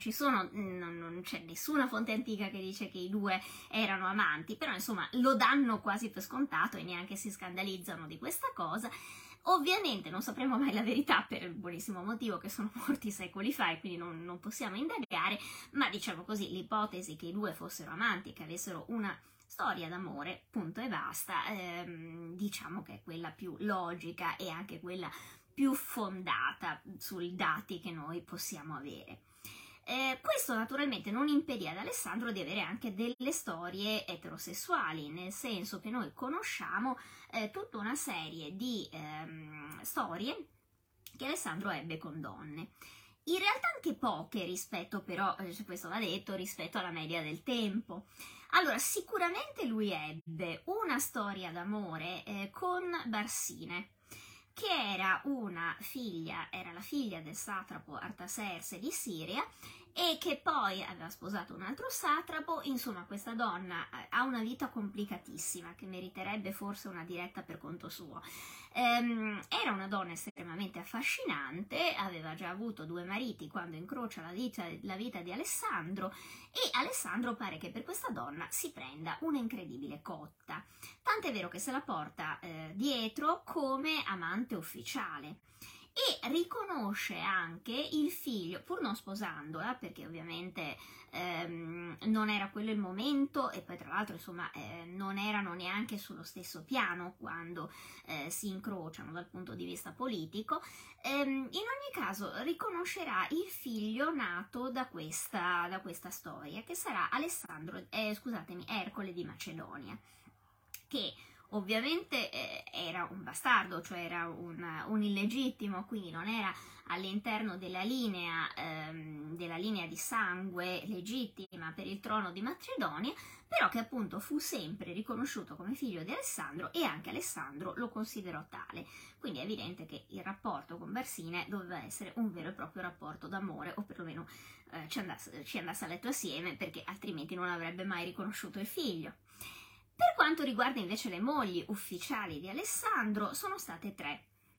c'è nessuna fonte antica che dice che i due erano amanti, però insomma lo danno quasi per scontato e neanche si scandalizzano di questa cosa. Ovviamente non sapremo mai la verità per il buonissimo motivo che sono morti secoli fa e quindi non possiamo indagare, ma diciamo così, l'ipotesi che i due fossero amanti e che avessero una storia d'amore, punto e basta, diciamo che è quella più logica e anche quella più fondata sui dati che noi possiamo avere. Questo naturalmente non impedì ad Alessandro di avere anche delle storie eterosessuali, nel senso che noi conosciamo tutta una serie di storie che Alessandro ebbe con donne. In realtà anche poche rispetto, però, questo va detto, rispetto alla media del tempo. Allora, sicuramente lui ebbe una storia d'amore con Barsine, che era la figlia del satrapo Artaserse di Siria e che poi aveva sposato un altro satrapo. Insomma, questa donna ha una vita complicatissima che meriterebbe forse una diretta per conto suo. Era una donna estremamente affascinante, aveva già avuto 2 mariti quando incrocia la vita di Alessandro, e Alessandro pare che per questa donna si prenda un'incredibile cotta, tant'è vero che se la porta dietro come amante ufficiale e riconosce anche il figlio, pur non sposandola, perché ovviamente non era quello il momento, e poi tra l'altro insomma non erano neanche sullo stesso piano quando si incrociano dal punto di vista politico. In ogni caso riconoscerà il figlio nato da questa storia, che sarà Ercole di Macedonia, che ovviamente era un bastardo, cioè era un illegittimo, quindi non era all'interno della linea di sangue legittima per il trono di Macedonia, però che appunto fu sempre riconosciuto come figlio di Alessandro e anche Alessandro lo considerò tale. Quindi è evidente che il rapporto con Barsine doveva essere un vero e proprio rapporto d'amore, o perlomeno ci andasse a letto assieme, perché altrimenti non avrebbe mai riconosciuto il figlio. Per quanto riguarda invece le mogli ufficiali di Alessandro, sono state 3.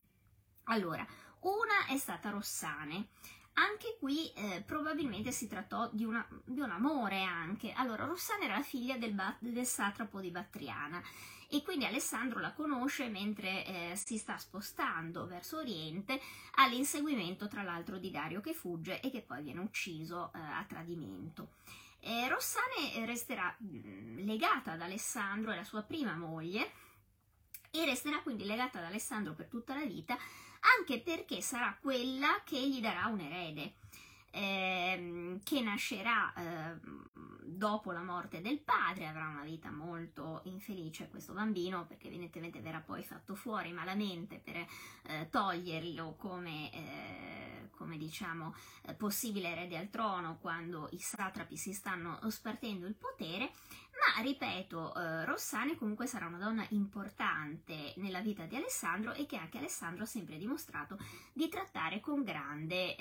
Allora, una è stata Rossane. Anche qui probabilmente si trattò di un amore anche. Allora, Rossana era la figlia del satrapo di Battriana e quindi Alessandro la conosce mentre si sta spostando verso Oriente all'inseguimento tra l'altro di Dario che fugge e che poi viene ucciso a tradimento. Rossane resterà legata ad Alessandro, è la sua prima moglie, e resterà quindi legata ad Alessandro per tutta la vita, anche perché sarà quella che gli darà un erede, che nascerà dopo la morte del padre. Avrà una vita molto infelice questo bambino, perché evidentemente verrà poi fatto fuori malamente per toglierlo come diciamo possibile erede al trono quando i satrapi si stanno spartendo il potere. Ma ripeto, Rossane comunque sarà una donna importante nella vita di Alessandro e che anche Alessandro ha sempre dimostrato di trattare con grande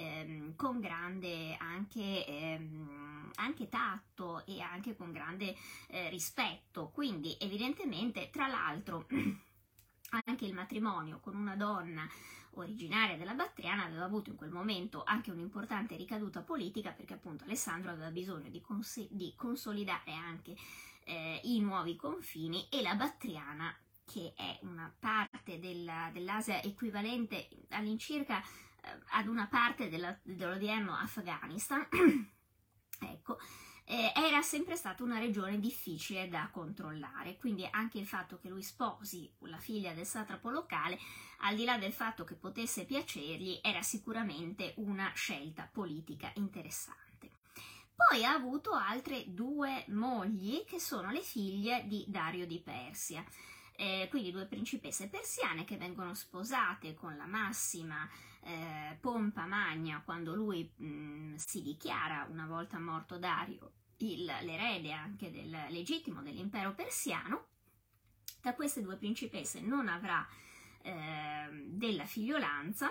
anche tatto e anche con grande rispetto. Quindi evidentemente, tra l'altro, anche il matrimonio con una donna originaria della Battriana aveva avuto in quel momento anche un'importante ricaduta politica, perché appunto Alessandro aveva bisogno di consolidare anche i nuovi confini, e la Battriana, che è una parte dell'Asia equivalente all'incirca ad una parte dell'odierno Afghanistan, ecco, era sempre stata una regione difficile da controllare. Quindi anche il fatto che lui sposi la figlia del satrapo locale, al di là del fatto che potesse piacergli, era sicuramente una scelta politica interessante. Poi ha avuto altre due mogli, che sono le figlie di Dario di Persia, quindi due principesse persiane che vengono sposate con la massima pompa magna quando lui si dichiara, una volta morto Dario, l'erede anche legittimo dell'impero persiano. Da queste due principesse non avrà della figliolanza,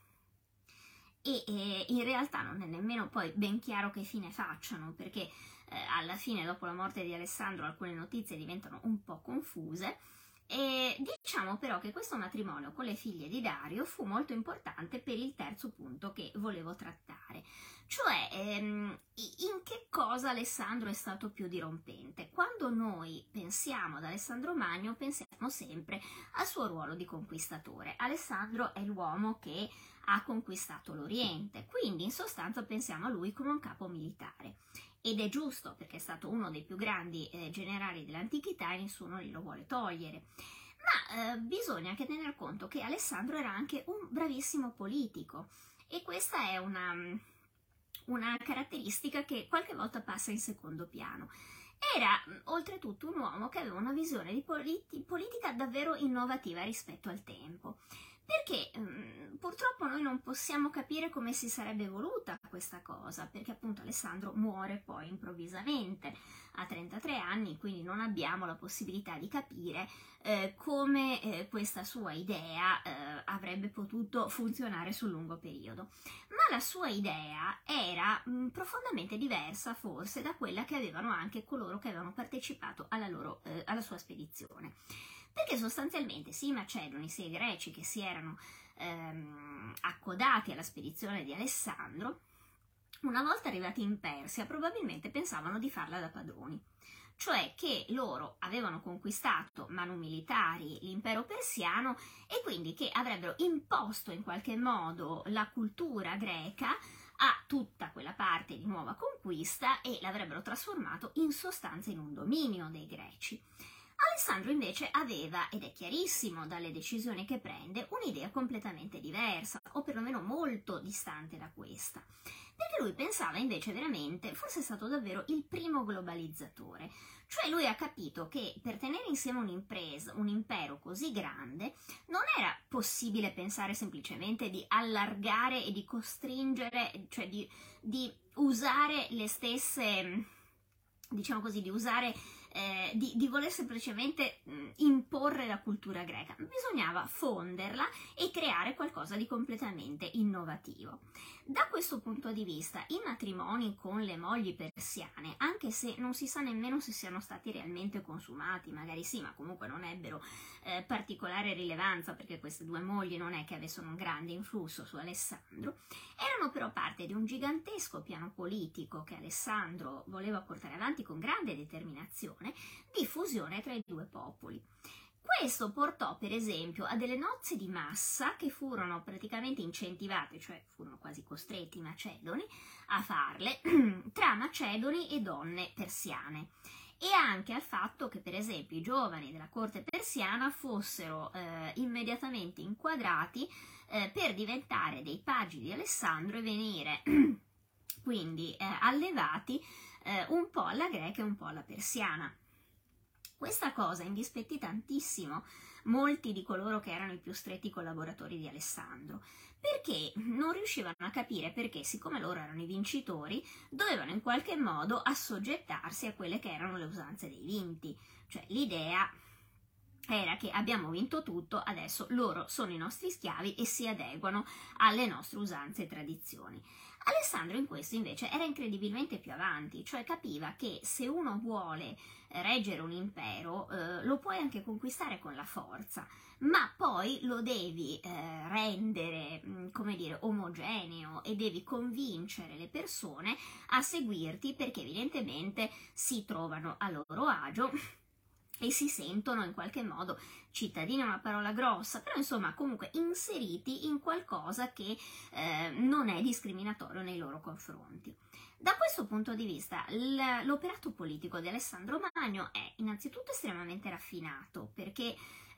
e in realtà non è nemmeno poi ben chiaro che fine facciano, perché alla fine, dopo la morte di Alessandro, alcune notizie diventano un po' confuse. E diciamo però che questo matrimonio con le figlie di Dario fu molto importante per il terzo punto che volevo trattare, cioè in che cosa Alessandro è stato più dirompente. Quando noi pensiamo ad Alessandro Magno pensiamo sempre al suo ruolo di conquistatore. Alessandro è l'uomo che ha conquistato l'Oriente, quindi in sostanza pensiamo a lui come un capo militare. Ed è giusto, perché è stato uno dei più grandi generali dell'antichità e nessuno glielo vuole togliere. Ma bisogna anche tener conto che Alessandro era anche un bravissimo politico, e questa è una caratteristica che qualche volta passa in secondo piano. Era oltretutto un uomo che aveva una visione di politica davvero innovativa rispetto al tempo, perché purtroppo noi non possiamo capire come si sarebbe evoluta questa cosa, perché appunto Alessandro muore poi improvvisamente a 33 anni, quindi non abbiamo la possibilità di capire come questa sua idea avrebbe potuto funzionare sul lungo periodo. Ma la sua idea era profondamente diversa forse da quella che avevano anche coloro che avevano partecipato alla sua spedizione. Perché sostanzialmente sia i Macedoni sia i Greci che si erano accodati alla spedizione di Alessandro, una volta arrivati in Persia, probabilmente pensavano di farla da padroni, cioè che loro avevano conquistato manu militari l'impero persiano e quindi che avrebbero imposto in qualche modo la cultura greca a tutta quella parte di nuova conquista e l'avrebbero trasformato in sostanza in un dominio dei greci. Alessandro invece aveva, ed è chiarissimo dalle decisioni che prende, un'idea completamente diversa, o perlomeno molto distante da questa, perché lui pensava invece veramente, forse è stato davvero il primo globalizzatore, cioè lui ha capito che per tenere insieme un impero così grande non era possibile pensare semplicemente di allargare e di costringere, cioè di usare le stesse, diciamo così, di usare di voler semplicemente imporre la cultura greca, bisognava fonderla e creare qualcosa di completamente innovativo. Da questo punto di vista, i matrimoni con le mogli persiane, anche se non si sa nemmeno se siano stati realmente consumati, magari sì, ma comunque non ebbero particolare rilevanza, perché queste due mogli non è che avessero un grande influsso su Alessandro, erano però parte di un gigantesco piano politico che Alessandro voleva portare avanti con grande determinazione, di fusione tra i due popoli. Questo portò per esempio a delle nozze di massa che furono praticamente incentivate, cioè furono quasi costretti i macedoni a farle, tra macedoni e donne persiane, e anche al fatto che per esempio i giovani della corte persiana fossero immediatamente inquadrati per diventare dei pagi di Alessandro e venire quindi allevati un po' alla greca e un po' alla persiana. Questa cosa indispettì tantissimo molti di coloro che erano i più stretti collaboratori di Alessandro, perché non riuscivano a capire perché, siccome loro erano i vincitori, dovevano in qualche modo assoggettarsi a quelle che erano le usanze dei vinti. Cioè l'idea era che abbiamo vinto tutto, adesso loro sono i nostri schiavi e si adeguano alle nostre usanze e tradizioni. Alessandro in questo invece era incredibilmente più avanti, cioè capiva che se uno vuole reggere un impero lo puoi anche conquistare con la forza, ma poi lo devi rendere, come dire, omogeneo, e devi convincere le persone a seguirti, perché evidentemente si trovano a loro agio e si sentono in qualche modo cittadini, è una parola grossa, però insomma comunque inseriti in qualcosa che non è discriminatorio nei loro confronti. Da questo punto di vista l'operato politico di Alessandro Magno è innanzitutto estremamente raffinato, perché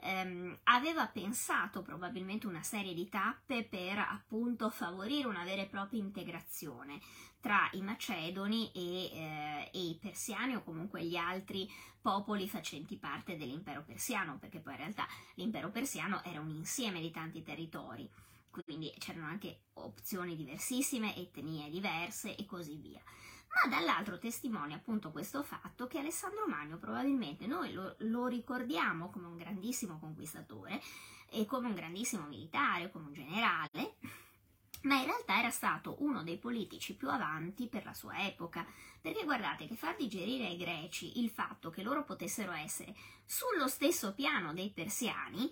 aveva pensato probabilmente una serie di tappe per appunto favorire una vera e propria integrazione tra i macedoni e i persiani, o comunque gli altri popoli facenti parte dell'impero persiano, perché poi in realtà l'impero persiano era un insieme di tanti territori, quindi c'erano anche opzioni diversissime, etnie diverse e così via. Ma dall'altro testimonia appunto questo fatto che Alessandro Magno probabilmente noi lo ricordiamo come un grandissimo conquistatore e come un grandissimo militare, come un generale, ma in realtà era stato uno dei politici più avanti per la sua epoca, perché guardate che far digerire ai greci il fatto che loro potessero essere sullo stesso piano dei persiani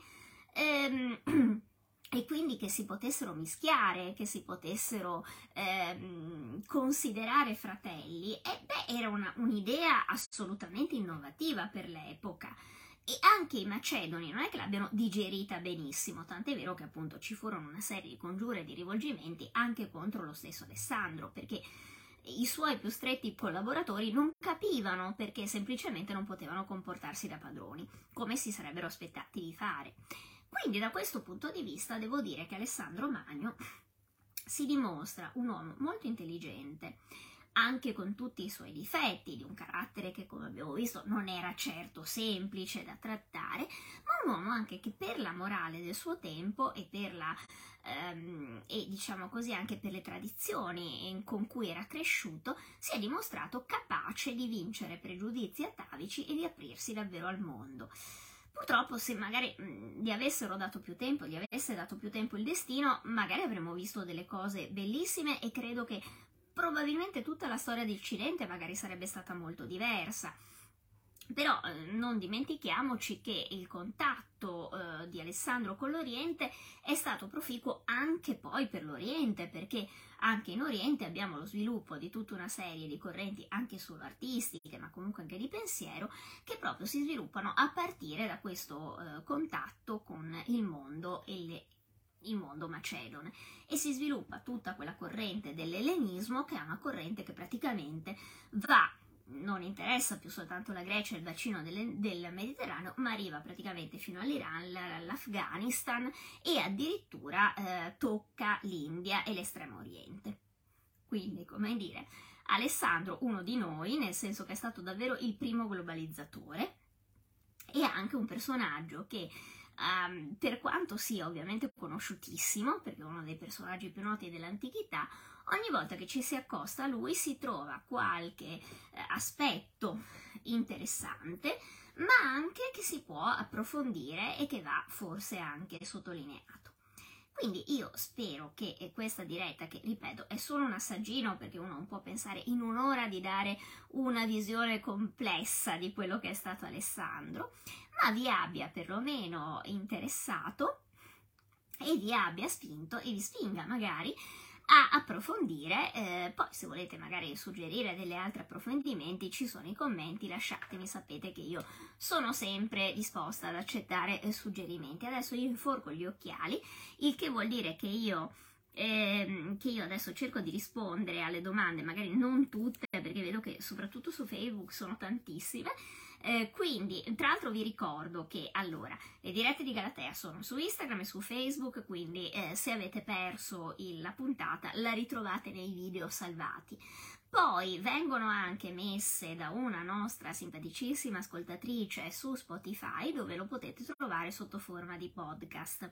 e quindi che si potessero mischiare, che si potessero considerare fratelli, era un'idea assolutamente innovativa per l'epoca. E anche i macedoni non è che l'abbiano digerita benissimo, tant'è vero che appunto ci furono una serie di congiure e di rivolgimenti anche contro lo stesso Alessandro, perché i suoi più stretti collaboratori non capivano perché semplicemente non potevano comportarsi da padroni, come si sarebbero aspettati di fare. Quindi da questo punto di vista devo dire che Alessandro Magno si dimostra un uomo molto intelligente, anche con tutti i suoi difetti, di un carattere che, come abbiamo visto, non era certo semplice da trattare, ma un uomo anche che per la morale del suo tempo e per e diciamo così anche per le tradizioni con cui era cresciuto, si è dimostrato capace di vincere pregiudizi atavici e di aprirsi davvero al mondo. Purtroppo, se magari gli avessero dato più tempo, gli avesse dato più tempo il destino, magari avremmo visto delle cose bellissime, e credo che probabilmente tutta la storia di Occidente magari sarebbe stata molto diversa. Però non dimentichiamoci che il contatto di Alessandro con l'Oriente è stato proficuo anche poi per l'Oriente, perché anche in Oriente abbiamo lo sviluppo di tutta una serie di correnti, anche solo artistiche, ma comunque anche di pensiero, che proprio si sviluppano a partire da questo contatto con il mondo e il mondo macedone, e si sviluppa tutta quella corrente dell'ellenismo, che è una corrente che praticamente non interessa più soltanto la Grecia e il bacino del Mediterraneo, ma arriva praticamente fino all'Iran, l'Afghanistan, e addirittura tocca l'India e l'Estremo Oriente. Quindi, come dire, Alessandro, uno di noi, nel senso che è stato davvero il primo globalizzatore, e anche un personaggio che per quanto sia ovviamente conosciutissimo, perché è uno dei personaggi più noti dell'antichità, ogni volta che ci si accosta a lui si trova qualche aspetto interessante, ma anche che si può approfondire e che va forse anche sottolineato. Quindi io spero che questa diretta, che ripeto è solo un assaggino perché uno non può pensare in un'ora di dare una visione complessa di quello che è stato Alessandro, ma vi abbia perlomeno interessato e vi abbia spinto e vi spinga magari a approfondire. Poi se volete magari suggerire degli altri approfondimenti ci sono i commenti, lasciatemi, sapete che io sono sempre disposta ad accettare suggerimenti. Adesso io inforco gli occhiali, il che vuol dire che io adesso cerco di rispondere alle domande, magari non tutte perché vedo che soprattutto su Facebook sono tantissime. Quindi tra l'altro vi ricordo che allora le dirette di Galatea sono su Instagram e su Facebook, quindi se avete perso la puntata la ritrovate nei video salvati. Poi vengono anche messe da una nostra simpaticissima ascoltatrice su Spotify, dove lo potete trovare sotto forma di podcast.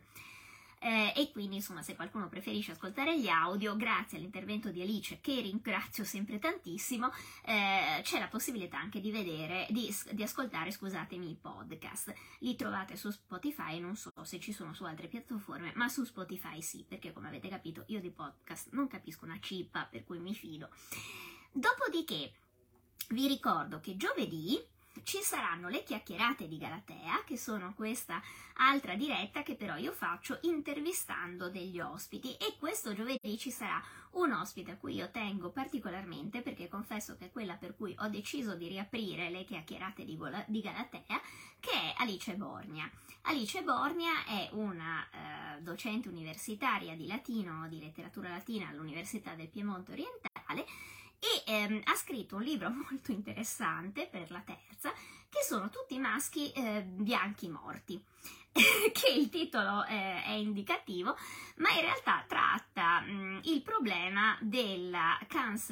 E quindi insomma, se qualcuno preferisce ascoltare gli audio, grazie all'intervento di Alice, che ringrazio sempre tantissimo, c'è la possibilità anche di vedere, di ascoltare, scusatemi, i podcast. Li trovate su Spotify, non so se ci sono su altre piattaforme, ma su Spotify sì, perché come avete capito io di podcast non capisco una cippa, per cui mi fido. Dopodiché vi ricordo che giovedì ci saranno le chiacchierate di Galatea, che sono questa altra diretta che però io faccio intervistando degli ospiti, e questo giovedì ci sarà un ospite a cui io tengo particolarmente, perché confesso che è quella per cui ho deciso di riaprire le chiacchierate di Galatea, che è Alice Borgna. Alice Borgna è una docente universitaria di latino, di letteratura latina all'Università del Piemonte Orientale, e ha scritto un libro molto interessante per la terza, che sono tutti maschi bianchi morti, che il titolo è indicativo, ma in realtà tratta il problema della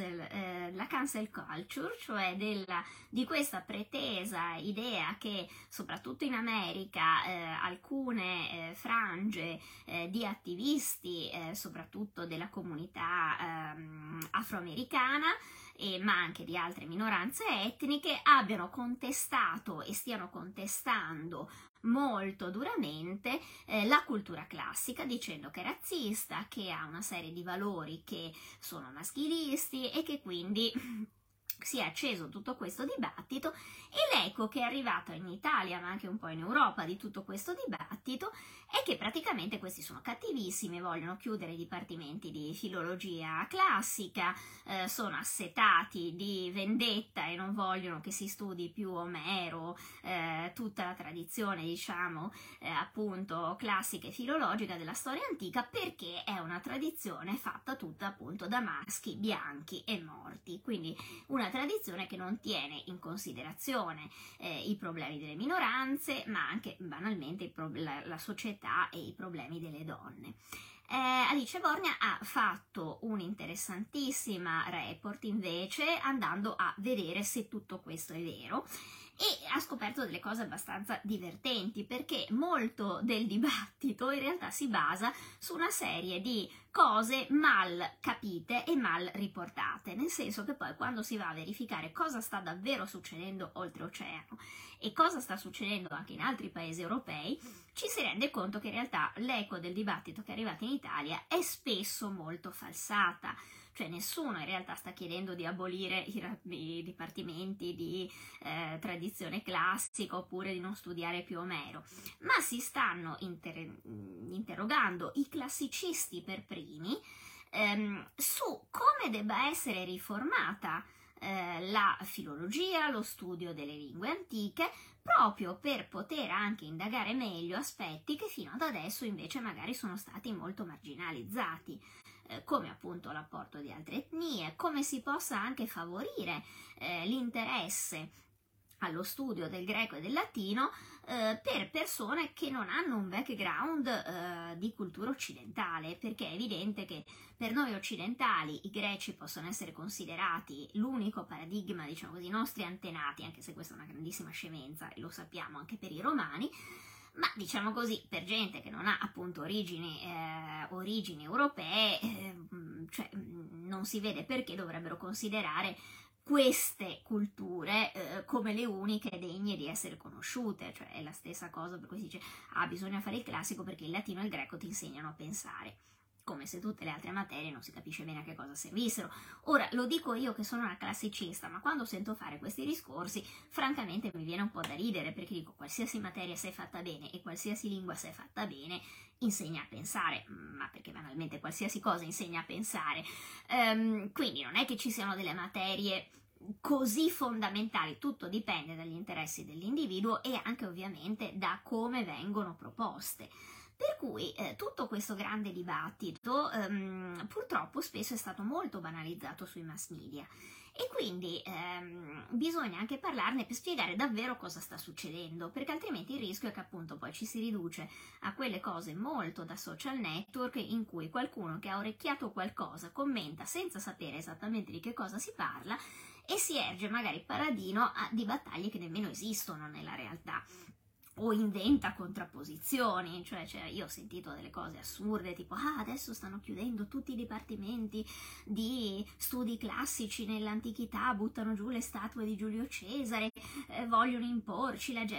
cancel culture, cioè di questa pretesa idea che soprattutto in America alcune frange di attivisti, soprattutto della comunità afroamericana, ma anche di altre minoranze etniche, abbiano contestato e stiano contestando molto duramente la cultura classica, dicendo che è razzista, che ha una serie di valori che sono maschilisti e che quindi si è acceso tutto questo dibattito, e l'eco che è arrivata in Italia ma anche un po' in Europa di tutto questo dibattito è che praticamente questi sono cattivissimi, vogliono chiudere i dipartimenti di filologia classica, sono assetati di vendetta e non vogliono che si studi più Omero, tutta la tradizione diciamo appunto classica e filologica della storia antica, perché è una tradizione fatta tutta appunto da maschi bianchi e morti, quindi una tradizione che non tiene in considerazione i problemi delle minoranze, ma anche banalmente la società e i problemi delle donne. Alice Borgna ha fatto un'interessantissima report invece, andando a vedere se tutto questo è vero, e ha scoperto delle cose abbastanza divertenti, perché molto del dibattito in realtà si basa su una serie di cose mal capite e mal riportate, nel senso che poi quando si va a verificare cosa sta davvero succedendo oltreoceano e cosa sta succedendo anche in altri paesi europei, ci si rende conto che in realtà l'eco del dibattito che è arrivato in Italia è spesso molto falsata. Cioè nessuno in realtà sta chiedendo di abolire i dipartimenti di tradizione classica oppure di non studiare più Omero, ma si stanno interrogando i classicisti per primi su come debba essere riformata la filologia, lo studio delle lingue antiche, proprio per poter anche indagare meglio aspetti che fino ad adesso invece magari sono stati molto marginalizzati, come appunto l'apporto di altre etnie, come si possa anche favorire l'interesse allo studio del greco e del latino per persone che non hanno un background di cultura occidentale, perché è evidente che per noi occidentali i greci possono essere considerati l'unico paradigma, diciamo così, i nostri antenati, anche se questa è una grandissima scemenza e lo sappiamo anche per i romani, ma diciamo così, per gente che non ha appunto origini europee, cioè non si vede perché dovrebbero considerare queste culture come le uniche degne di essere conosciute, cioè è la stessa cosa per cui si dice bisogna fare il classico perché il latino e il greco ti insegnano a pensare, come se tutte le altre materie non si capisce bene a che cosa servissero. Ora, lo dico io che sono una classicista, ma quando sento fare questi discorsi, francamente mi viene un po' da ridere, perché dico, qualsiasi materia se è fatta bene e qualsiasi lingua se è fatta bene, insegna a pensare, ma perché banalmente qualsiasi cosa insegna a pensare. Quindi non è che ci siano delle materie così fondamentali, tutto dipende dagli interessi dell'individuo e anche ovviamente da come vengono proposte. Per cui tutto questo grande dibattito purtroppo spesso è stato molto banalizzato sui mass media e quindi bisogna anche parlarne per spiegare davvero cosa sta succedendo, perché altrimenti il rischio è che appunto poi ci si riduce a quelle cose molto da social network in cui qualcuno che ha orecchiato qualcosa commenta senza sapere esattamente di che cosa si parla e si erge magari paladino di battaglie che nemmeno esistono nella realtà. O inventa contrapposizioni, cioè io ho sentito delle cose assurde tipo adesso stanno chiudendo tutti i dipartimenti di studi classici nell'antichità, buttano giù le statue di Giulio Cesare, vogliono imporci la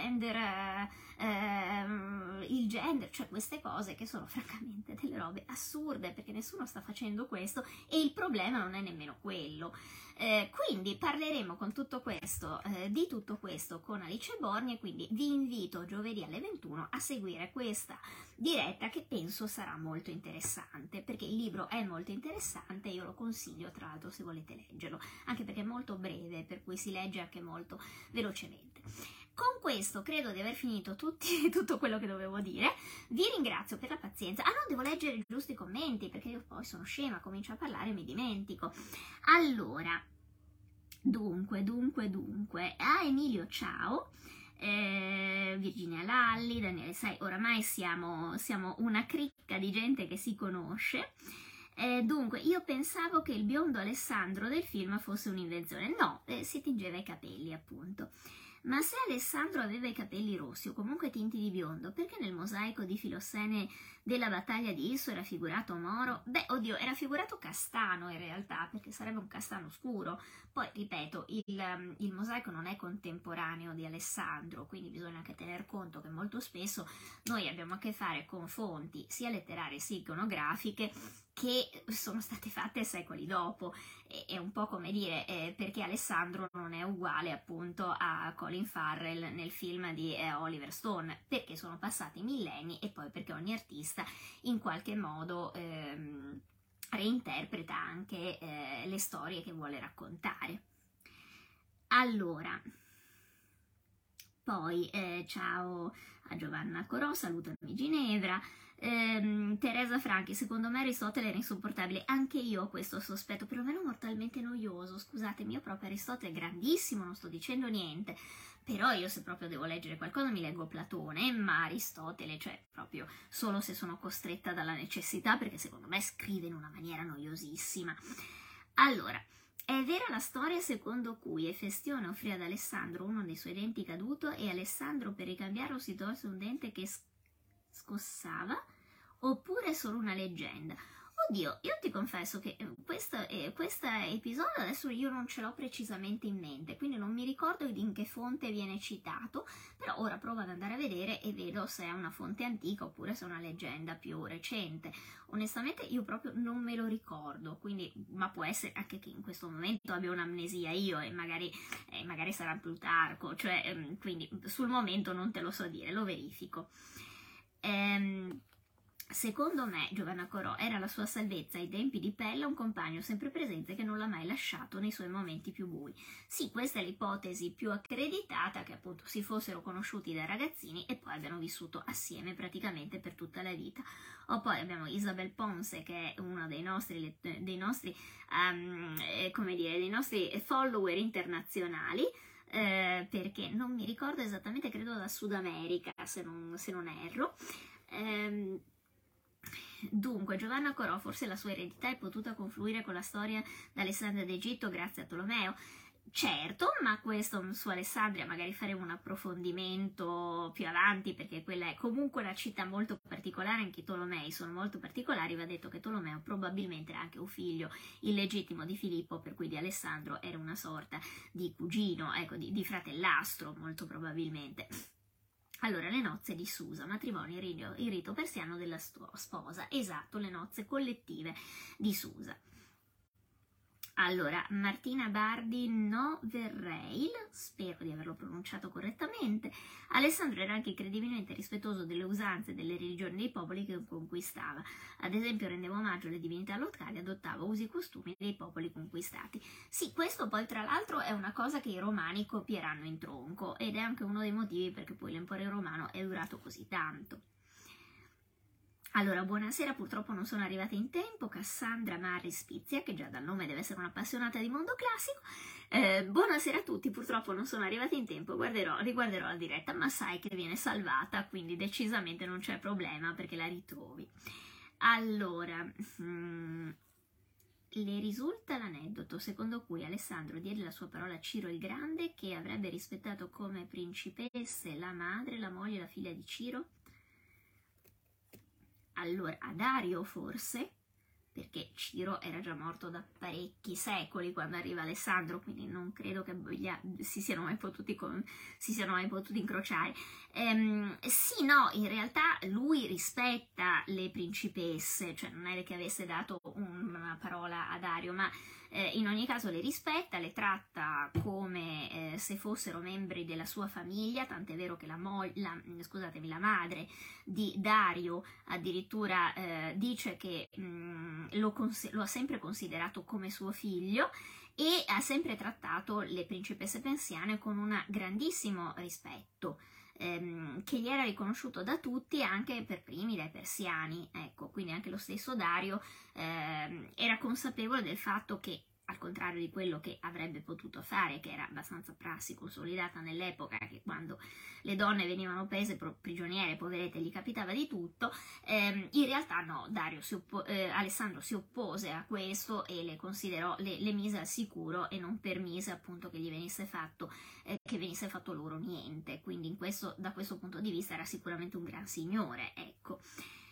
il gender, cioè queste cose che sono francamente delle robe assurde perché nessuno sta facendo questo e il problema non è nemmeno quello. Quindi parleremo di tutto questo con Alice Borgni e quindi vi invito giovedì alle 21 a seguire questa diretta che penso sarà molto interessante, perché il libro è molto interessante, io lo consiglio tra l'altro se volete leggerlo, anche perché è molto breve, per cui si legge anche molto velocemente. Con questo credo di aver finito tutto quello che dovevo dire, vi ringrazio per la pazienza. No, devo leggere giusto i commenti perché io poi sono scema, comincio a parlare e mi dimentico. Allora, dunque, Emilio ciao, Virginia Lalli, Daniele sai, oramai siamo una cricca di gente che si conosce. Dunque, io pensavo che il biondo Alessandro del film fosse un'invenzione, no, si tingeva i capelli appunto. Ma se Alessandro aveva i capelli rossi o comunque tinti di biondo, perché nel mosaico di Filossene della battaglia di Isso era figurato Moro? Beh, oddio, era figurato castano in realtà, perché sarebbe un castano scuro. Poi, ripeto, il mosaico non è contemporaneo di Alessandro, quindi bisogna anche tener conto che molto spesso noi abbiamo a che fare con fonti sia letterarie sia iconografiche che sono state fatte secoli dopo. È un po' come dire perché Alessandro non è uguale appunto a Colin Farrell nel film di Oliver Stone, perché sono passati millenni e poi perché ogni artista in qualche modo reinterpreta anche le storie che vuole raccontare. Allora, poi ciao a Giovanna Corò, salutami Ginevra. Teresa Franchi, secondo me Aristotele era insopportabile, anche io ho questo sospetto, perlomeno mortalmente noioso, scusatemi, io proprio Aristotele è grandissimo, non sto dicendo niente, però io se proprio devo leggere qualcosa mi leggo Platone, ma Aristotele, cioè proprio solo se sono costretta dalla necessità, perché secondo me scrive in una maniera noiosissima. Allora, è vera la storia secondo cui Efestione offrì ad Alessandro uno dei suoi denti caduto e Alessandro per ricambiarlo si tolse un dente che scossava, oppure è solo una leggenda? Oddio, io ti confesso che questo episodio adesso io non ce l'ho precisamente in mente, quindi non mi ricordo in che fonte viene citato, però ora provo ad andare a vedere e vedo se è una fonte antica oppure se è una leggenda più recente. Onestamente io proprio non me lo ricordo, quindi, ma può essere anche che in questo momento abbia un'amnesia io e magari sarà Plutarco, cioè quindi sul momento non te lo so dire, lo verifico. Secondo me Giovanna Corò era la sua salvezza ai tempi di Pella, un compagno sempre presente che non l'ha mai lasciato nei suoi momenti più bui. Sì, questa è l'ipotesi più accreditata, che appunto si fossero conosciuti da ragazzini e poi abbiano vissuto assieme praticamente per tutta la vita. O poi abbiamo Isabel Ponce, che è uno dei nostri follower internazionali, perché non mi ricordo esattamente, credo da Sud America se non erro. Dunque, Giovanna Corò, forse la sua eredità è potuta confluire con la storia d'Alessandria d'Egitto grazie a Tolomeo. Certo, ma questo su Alessandria magari faremo un approfondimento più avanti, perché quella è comunque una città molto particolare, anche i Tolomei sono molto particolari. Va detto che Tolomeo probabilmente era anche un figlio illegittimo di Filippo, per cui di Alessandro era una sorta di cugino, ecco, di fratellastro molto probabilmente. Allora, le nozze di Susa, matrimonio in rito persiano della sposa, esatto, le nozze collettive di Susa. Allora, Martina Bardi, no verrei, spero di averlo pronunciato correttamente. Alessandro era anche incredibilmente rispettoso delle usanze e delle religioni dei popoli che conquistava. Ad esempio rendeva omaggio alle divinità locali e adottava usi e costumi dei popoli conquistati. Sì, questo poi tra l'altro è una cosa che i romani copieranno in tronco, ed è anche uno dei motivi perché poi l'Emporio Romano è durato così tanto. Allora, buonasera, purtroppo non sono arrivata in tempo. Cassandra Marri Spizia, che già dal nome deve essere un'appassionata di mondo classico. Buonasera a tutti, purtroppo non sono arrivata in tempo, riguarderò la diretta, ma sai che viene salvata, quindi decisamente non c'è problema perché la ritrovi. Allora, le risulta l'aneddoto secondo cui Alessandro diede la sua parola a Ciro il Grande, che avrebbe rispettato come principesse la madre, la moglie e la figlia di Ciro? Allora, a Dario forse, perché Ciro era già morto da parecchi secoli quando arriva Alessandro, quindi non credo che si siano mai potuti incrociare. Sì, no, in realtà lui rispetta le principesse, cioè non è che avesse dato una parola a Dario, ma in ogni caso le rispetta, le tratta come se fossero membri della sua famiglia, tant'è vero che la madre di Dario addirittura dice che lo ha sempre considerato come suo figlio e ha sempre trattato le principesse persiane con un grandissimo rispetto, che gli era riconosciuto da tutti, anche per primi dai persiani. Ecco, quindi anche lo stesso Dario era consapevole del fatto che, al contrario di quello che avrebbe potuto fare, che era abbastanza prassi consolidata nell'epoca, che quando le donne venivano prese prigioniere, poverette, gli capitava di tutto, in realtà no, Alessandro si oppose a questo e le considerò, le mise al sicuro e non permise appunto che gli venisse fatto loro niente. Quindi da questo punto di vista era sicuramente un gran signore, ecco.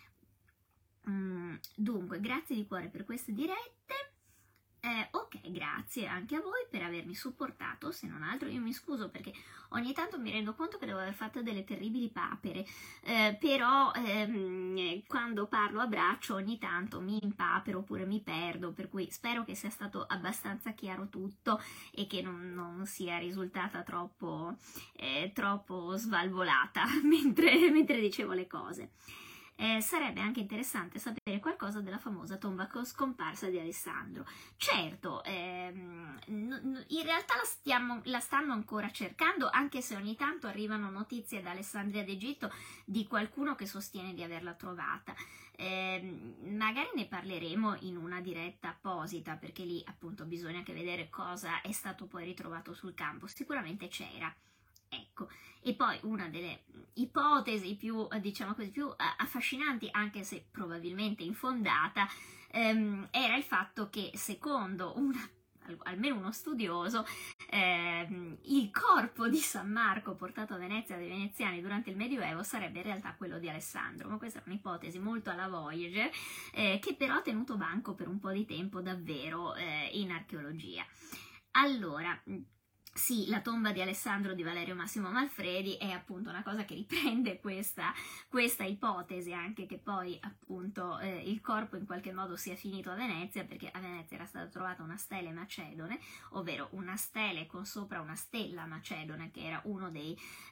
Dunque, grazie di cuore per queste dirette. Ok, grazie anche a voi per avermi supportato. Se non altro, io mi scuso perché ogni tanto mi rendo conto che devo aver fatto delle terribili papere, però quando parlo a braccio ogni tanto mi impapero oppure mi perdo, per cui spero che sia stato abbastanza chiaro tutto e che non sia risultata troppo svalvolata mentre dicevo le cose. Sarebbe anche interessante sapere qualcosa della famosa tomba scomparsa di Alessandro. Certo, in realtà la stanno ancora cercando, anche se ogni tanto arrivano notizie da Alessandria d'Egitto di qualcuno che sostiene di averla trovata. Magari ne parleremo in una diretta apposita, perché lì appunto bisogna anche vedere cosa è stato poi ritrovato sul campo. Sicuramente c'era. Ecco, e poi una delle ipotesi più, diciamo così, più affascinanti, anche se probabilmente infondata, era il fatto che secondo almeno uno studioso, il corpo di San Marco portato a Venezia dai veneziani durante il Medioevo sarebbe in realtà quello di Alessandro, ma questa è un'ipotesi molto alla Voyager, che però ha tenuto banco per un po' di tempo davvero in archeologia. Allora, sì, la tomba di Alessandro di Valerio Massimo Manfredi è appunto una cosa che riprende questa ipotesi, anche che poi appunto il corpo in qualche modo sia finito a Venezia, perché a Venezia era stata trovata una stele macedone, ovvero una stele con sopra una stella macedone, che era uno dei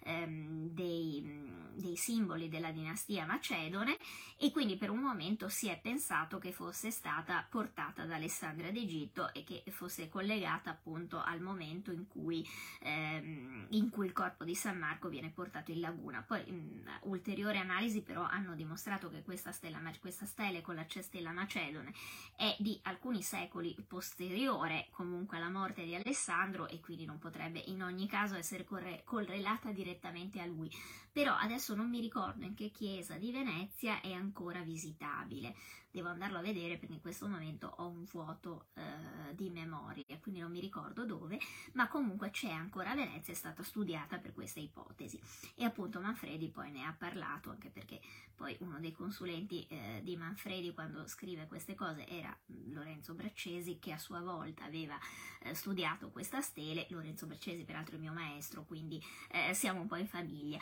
simboli della dinastia macedone, e quindi per un momento si è pensato che fosse stata portata da Alessandria d'Egitto e che fosse collegata appunto al momento in cui il corpo di San Marco viene portato in laguna. Poi ulteriori analisi però hanno dimostrato che questa stele con la stella macedone è di alcuni secoli posteriore comunque alla morte di Alessandro, e quindi non potrebbe in ogni caso essere correlata direttamente a lui. Però adesso non mi ricordo in che chiesa di Venezia è ancora visitabile. devo andarlo a vedere perché in questo momento ho un vuoto di memoria, quindi non mi ricordo dove, ma comunque c'è ancora Venezia, è stata studiata per questa ipotesi. E appunto Manfredi poi ne ha parlato, anche perché poi uno dei consulenti di Manfredi quando scrive queste cose era Lorenzo Braccesi, che a sua volta aveva studiato questa stele. Lorenzo Braccesi peraltro è il mio maestro, quindi siamo un po' in famiglia.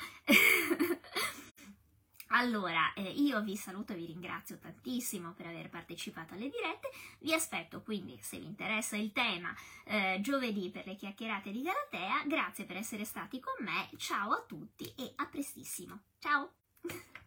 Allora, io vi saluto e vi ringrazio tantissimo per aver partecipato alle dirette, vi aspetto quindi, se vi interessa il tema, giovedì per le chiacchierate di Galatea. Grazie per essere stati con me, ciao a tutti e a prestissimo, ciao!